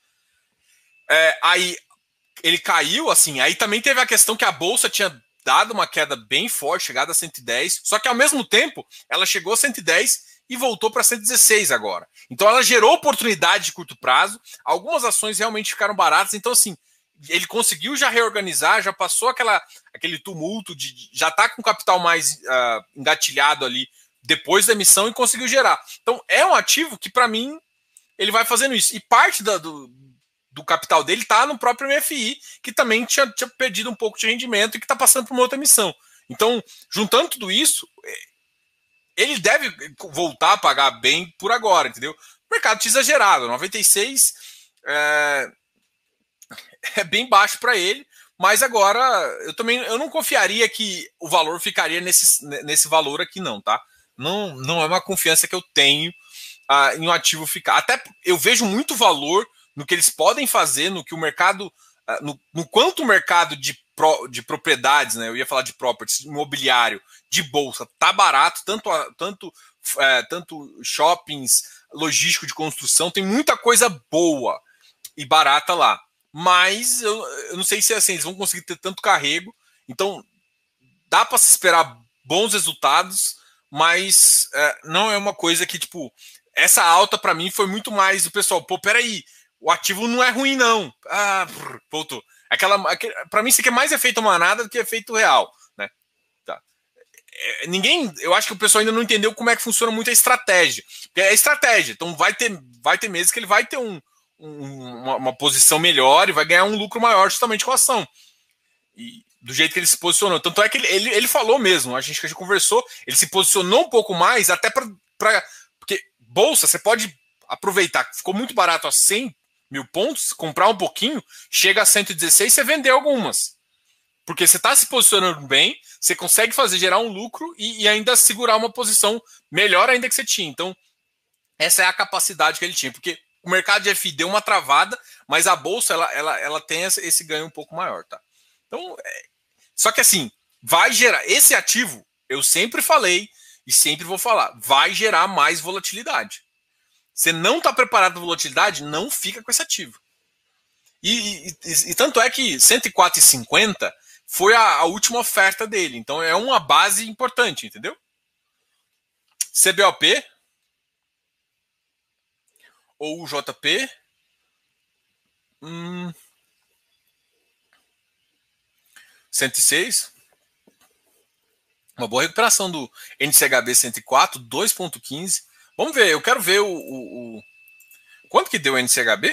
Aí ele caiu, assim. Aí também teve a questão que a bolsa tinha dado uma queda bem forte, chegada a 110. Só que ao mesmo tempo, ela chegou a 110 e voltou para 116 agora. Então, ela gerou oportunidade de curto prazo. Algumas ações realmente ficaram baratas. Então, assim, ele conseguiu já reorganizar, já passou aquele tumulto, já está com o capital mais engatilhado ali depois da emissão e conseguiu gerar. Então, é um ativo que, para mim, ele vai fazendo isso. E parte do capital dele está no próprio MFI, que também tinha perdido um pouco de rendimento e que está passando por uma outra emissão. Então, juntando tudo isso, ele deve voltar a pagar bem por agora, entendeu? O mercado tinha exagerado, 96 é bem baixo para ele, mas agora eu não confiaria que o valor ficaria nesse valor aqui, não, tá? Não é uma confiança que eu tenho em um ativo ficar. Até eu vejo muito valor no que eles podem fazer, no que o mercado, no quanto o mercado de propriedades, né? Eu ia falar de properties, imobiliário, de bolsa, tá barato, tanto shoppings, logístico de construção, tem muita coisa boa e barata lá. Mas eu não sei se é assim, eles vão conseguir ter tanto carrego. Então, dá para se esperar bons resultados, mas não é uma coisa que, tipo, essa alta para mim foi muito mais o pessoal, pô, peraí, o ativo não é ruim, não. Voltou. Para mim, isso aqui é mais efeito manada do que efeito real, né? Tá. Eu acho que o pessoal ainda não entendeu como é que funciona muito a estratégia. Porque é estratégia, então vai ter meses que ele vai ter uma posição melhor e vai ganhar um lucro maior justamente com a ação. E do jeito que ele se posicionou. Tanto é que ele falou mesmo, a gente conversou, ele se posicionou um pouco mais, até porque bolsa, você pode aproveitar, ficou muito barato a 100 mil pontos, comprar um pouquinho, chega a 116, você vender algumas. Porque você está se posicionando bem, você consegue gerar um lucro e ainda segurar uma posição melhor ainda que você tinha. Então, essa é a capacidade que ele tinha, porque o mercado de FI deu uma travada, mas a bolsa ela tem esse ganho um pouco maior, tá? Então, só que assim, vai gerar esse ativo, eu sempre falei e sempre vou falar, vai gerar mais volatilidade. Você não está preparado para volatilidade, não fica com esse ativo. E tanto é que 104,50 foi a última oferta dele, então é uma base importante, entendeu? CBOP ou JP. 106. Uma boa recuperação do NCHB 104, 2,15. Vamos ver, eu quero ver quanto que deu o NCHB?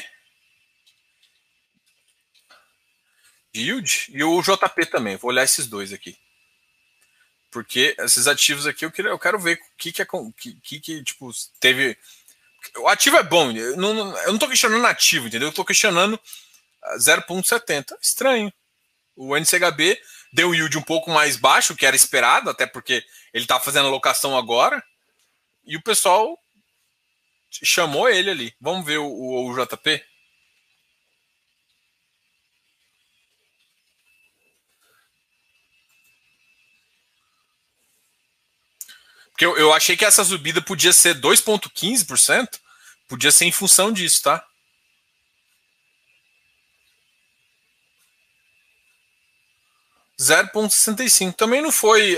Yield e o JP também. Vou olhar esses dois aqui. Porque esses ativos aqui eu quero ver o que tipo, teve. O ativo é bom. Eu não tô questionando ativo, entendeu? Eu tô questionando 0,70. Estranho. O NCHB deu um yield um pouco mais baixo, que era esperado, até porque ele tá fazendo alocação agora. E o pessoal chamou ele ali. Vamos ver o JP? Porque eu achei que essa subida podia ser 2,15%. Podia ser em função disso, tá? $0,65. Também não foi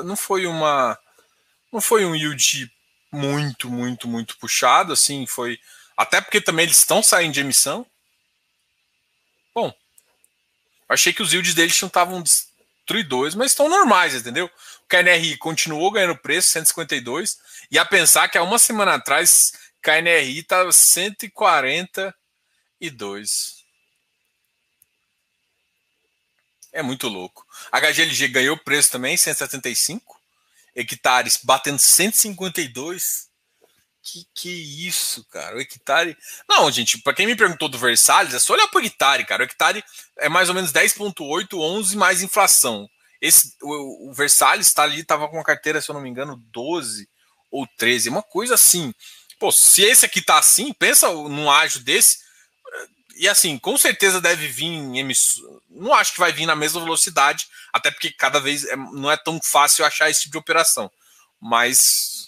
um yield muito puxado, assim, foi até porque também eles estão saindo de emissão. Bom, achei que os yields deles não estavam destruidores, mas estão normais, entendeu? O KNRI continuou ganhando preço, 152, e a pensar que há uma semana atrás KNRI estava 142. É muito louco. HGLG ganhou preço também, 175. Hectares batendo 152. Que isso, cara? O hectare. Não, gente, para quem me perguntou do Versalhes, é só olhar pro hectare, cara. O hectare é mais ou menos 10,8, 11 mais inflação. O Versalhes está ali, tava com uma carteira, se eu não me engano, 12 ou 13, uma coisa assim. Pô, se esse aqui tá assim, pensa num ágio desse. E assim, com certeza deve vir em emissão. Não acho que vai vir na mesma velocidade, até porque cada vez não é tão fácil achar esse tipo de operação. Mas,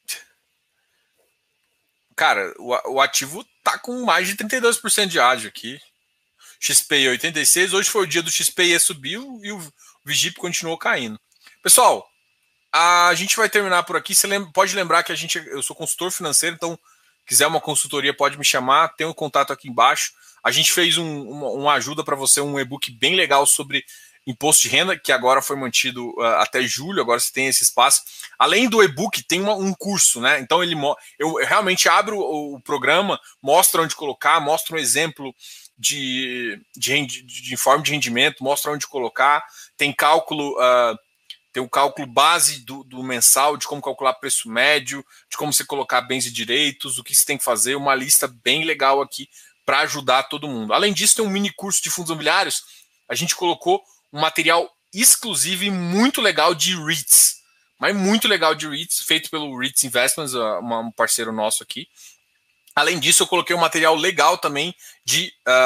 cara, o ativo tá com mais de 32% de ágio aqui. XPI 86, hoje foi o dia do XPI subiu e o Vigip continuou caindo. Pessoal, a gente vai terminar por aqui. Você pode lembrar que eu sou consultor financeiro, então quiser uma consultoria pode me chamar, tem um contato aqui embaixo. A gente fez uma ajuda para você, um e-book bem legal sobre imposto de renda, que agora foi mantido até julho, agora você tem esse espaço. Além do e-book, tem um curso, né? Então eu realmente abro o programa, mostro onde colocar, mostro um exemplo de informe de rendimento, mostra onde colocar, tem cálculo. Tem o cálculo base do mensal, de como calcular preço médio, de como você colocar bens e direitos, o que você tem que fazer, uma lista bem legal aqui para ajudar todo mundo. Além disso, tem um mini curso de fundos imobiliários. A gente colocou um material exclusivo e muito legal de REITs, mas muito legal de REITs, feito pelo REITs Investments, um parceiro nosso aqui. Além disso, eu coloquei um material legal também de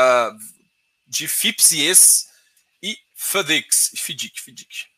FIPS e ES e FDIC.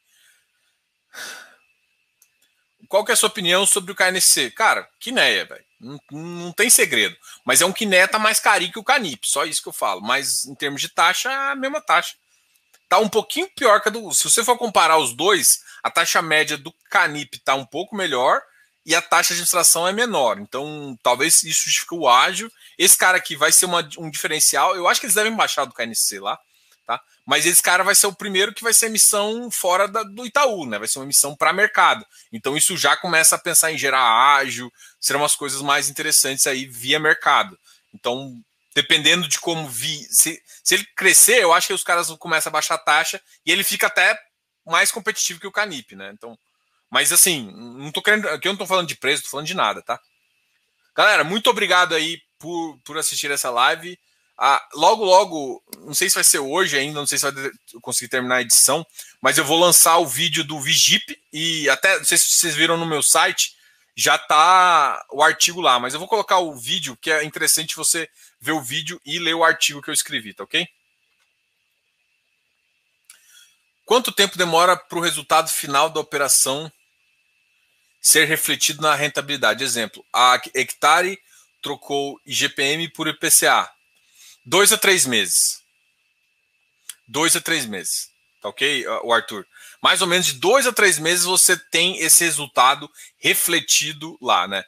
Qual que é a sua opinião sobre o KNC? Cara, Quineia, velho. Não tem segredo. Mas é um Quineia tá mais carinho que o Canip. Só isso que eu falo. Mas em termos de taxa, é a mesma taxa. Tá um pouquinho pior que a do... Se você for comparar os dois, a taxa média do Canip tá um pouco melhor e a taxa de administração é menor. Então, talvez isso justifique o ágio. Esse cara aqui vai ser um diferencial. Eu acho que eles devem baixar do KNC lá. Tá? Mas esse cara vai ser o primeiro que vai ser emissão fora do Itaú, né? Vai ser uma emissão para mercado. Então isso já começa a pensar em gerar ágio, serão umas coisas mais interessantes aí via mercado. Então, dependendo de como se ele crescer, eu acho que os caras começam a baixar a taxa e ele fica até mais competitivo que o Canip, né? Então, mas assim, não tô querendo, aqui eu não tô falando de preço, tô falando de nada, tá? Galera, muito obrigado aí por assistir essa live. Logo, não sei se vai ser hoje ainda, não sei se vai conseguir terminar a edição, mas eu vou lançar o vídeo do Vigip e até, não sei se vocês viram no meu site, já tá o artigo lá, mas eu vou colocar o vídeo, que é interessante você ver o vídeo e ler o artigo que eu escrevi, tá ok? Quanto tempo demora para o resultado final da operação ser refletido na rentabilidade? Exemplo, a Hectare trocou IGPM por IPCA. 2 a 3 meses. 2 a 3 meses. Tá ok, o Arthur? Mais ou menos de 2 a 3 meses você tem esse resultado refletido lá, né?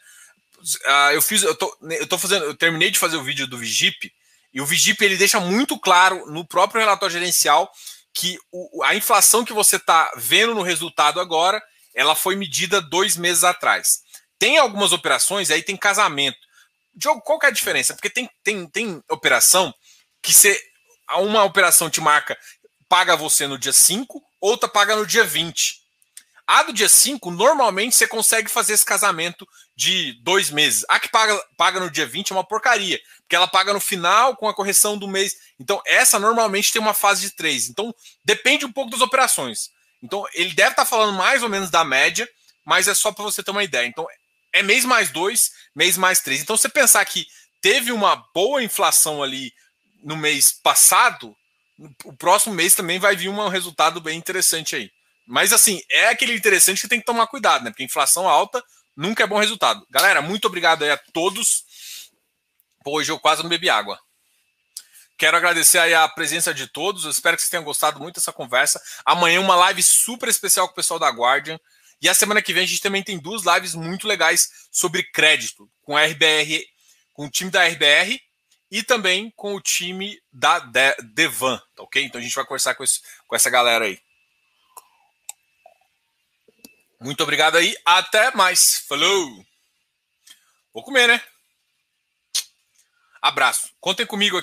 Eu terminei de fazer o vídeo do Vigip, e o Vigip ele deixa muito claro no próprio relatório gerencial que a inflação que você está vendo no resultado agora, ela foi medida 2 meses atrás. Tem algumas operações, aí tem casamento. Diogo, qual que é a diferença? Porque tem operação que uma operação te marca, paga você no dia 5, outra paga no dia 20. A do dia 5, normalmente você consegue fazer esse casamento de 2 meses. A que paga no dia 20 é uma porcaria, porque ela paga no final com a correção do mês. Então, essa normalmente tem uma fase de 3. Então, depende um pouco das operações. Então, ele deve estar falando mais ou menos da média, mas é só para você ter uma ideia. Então, é mês mais 2, mês mais 3. Então, você pensar que teve uma boa inflação ali no mês passado, o próximo mês também vai vir um resultado bem interessante aí. Mas, assim, é aquele interessante que tem que tomar cuidado, né? Porque inflação alta nunca é bom resultado. Galera, muito obrigado aí a todos. Pô, hoje eu quase não bebi água. Quero agradecer aí a presença de todos. Eu espero que vocês tenham gostado muito dessa conversa. Amanhã uma live super especial com o pessoal da Guardian. E a semana que vem a gente também tem 2 lives muito legais sobre crédito, com a RBR, com o time da RBR e também com o time da Devan, tá ok? Então a gente vai conversar com essa galera aí. Muito obrigado aí, até mais. Falou! Vou comer, né? Abraço. Contem comigo aqui.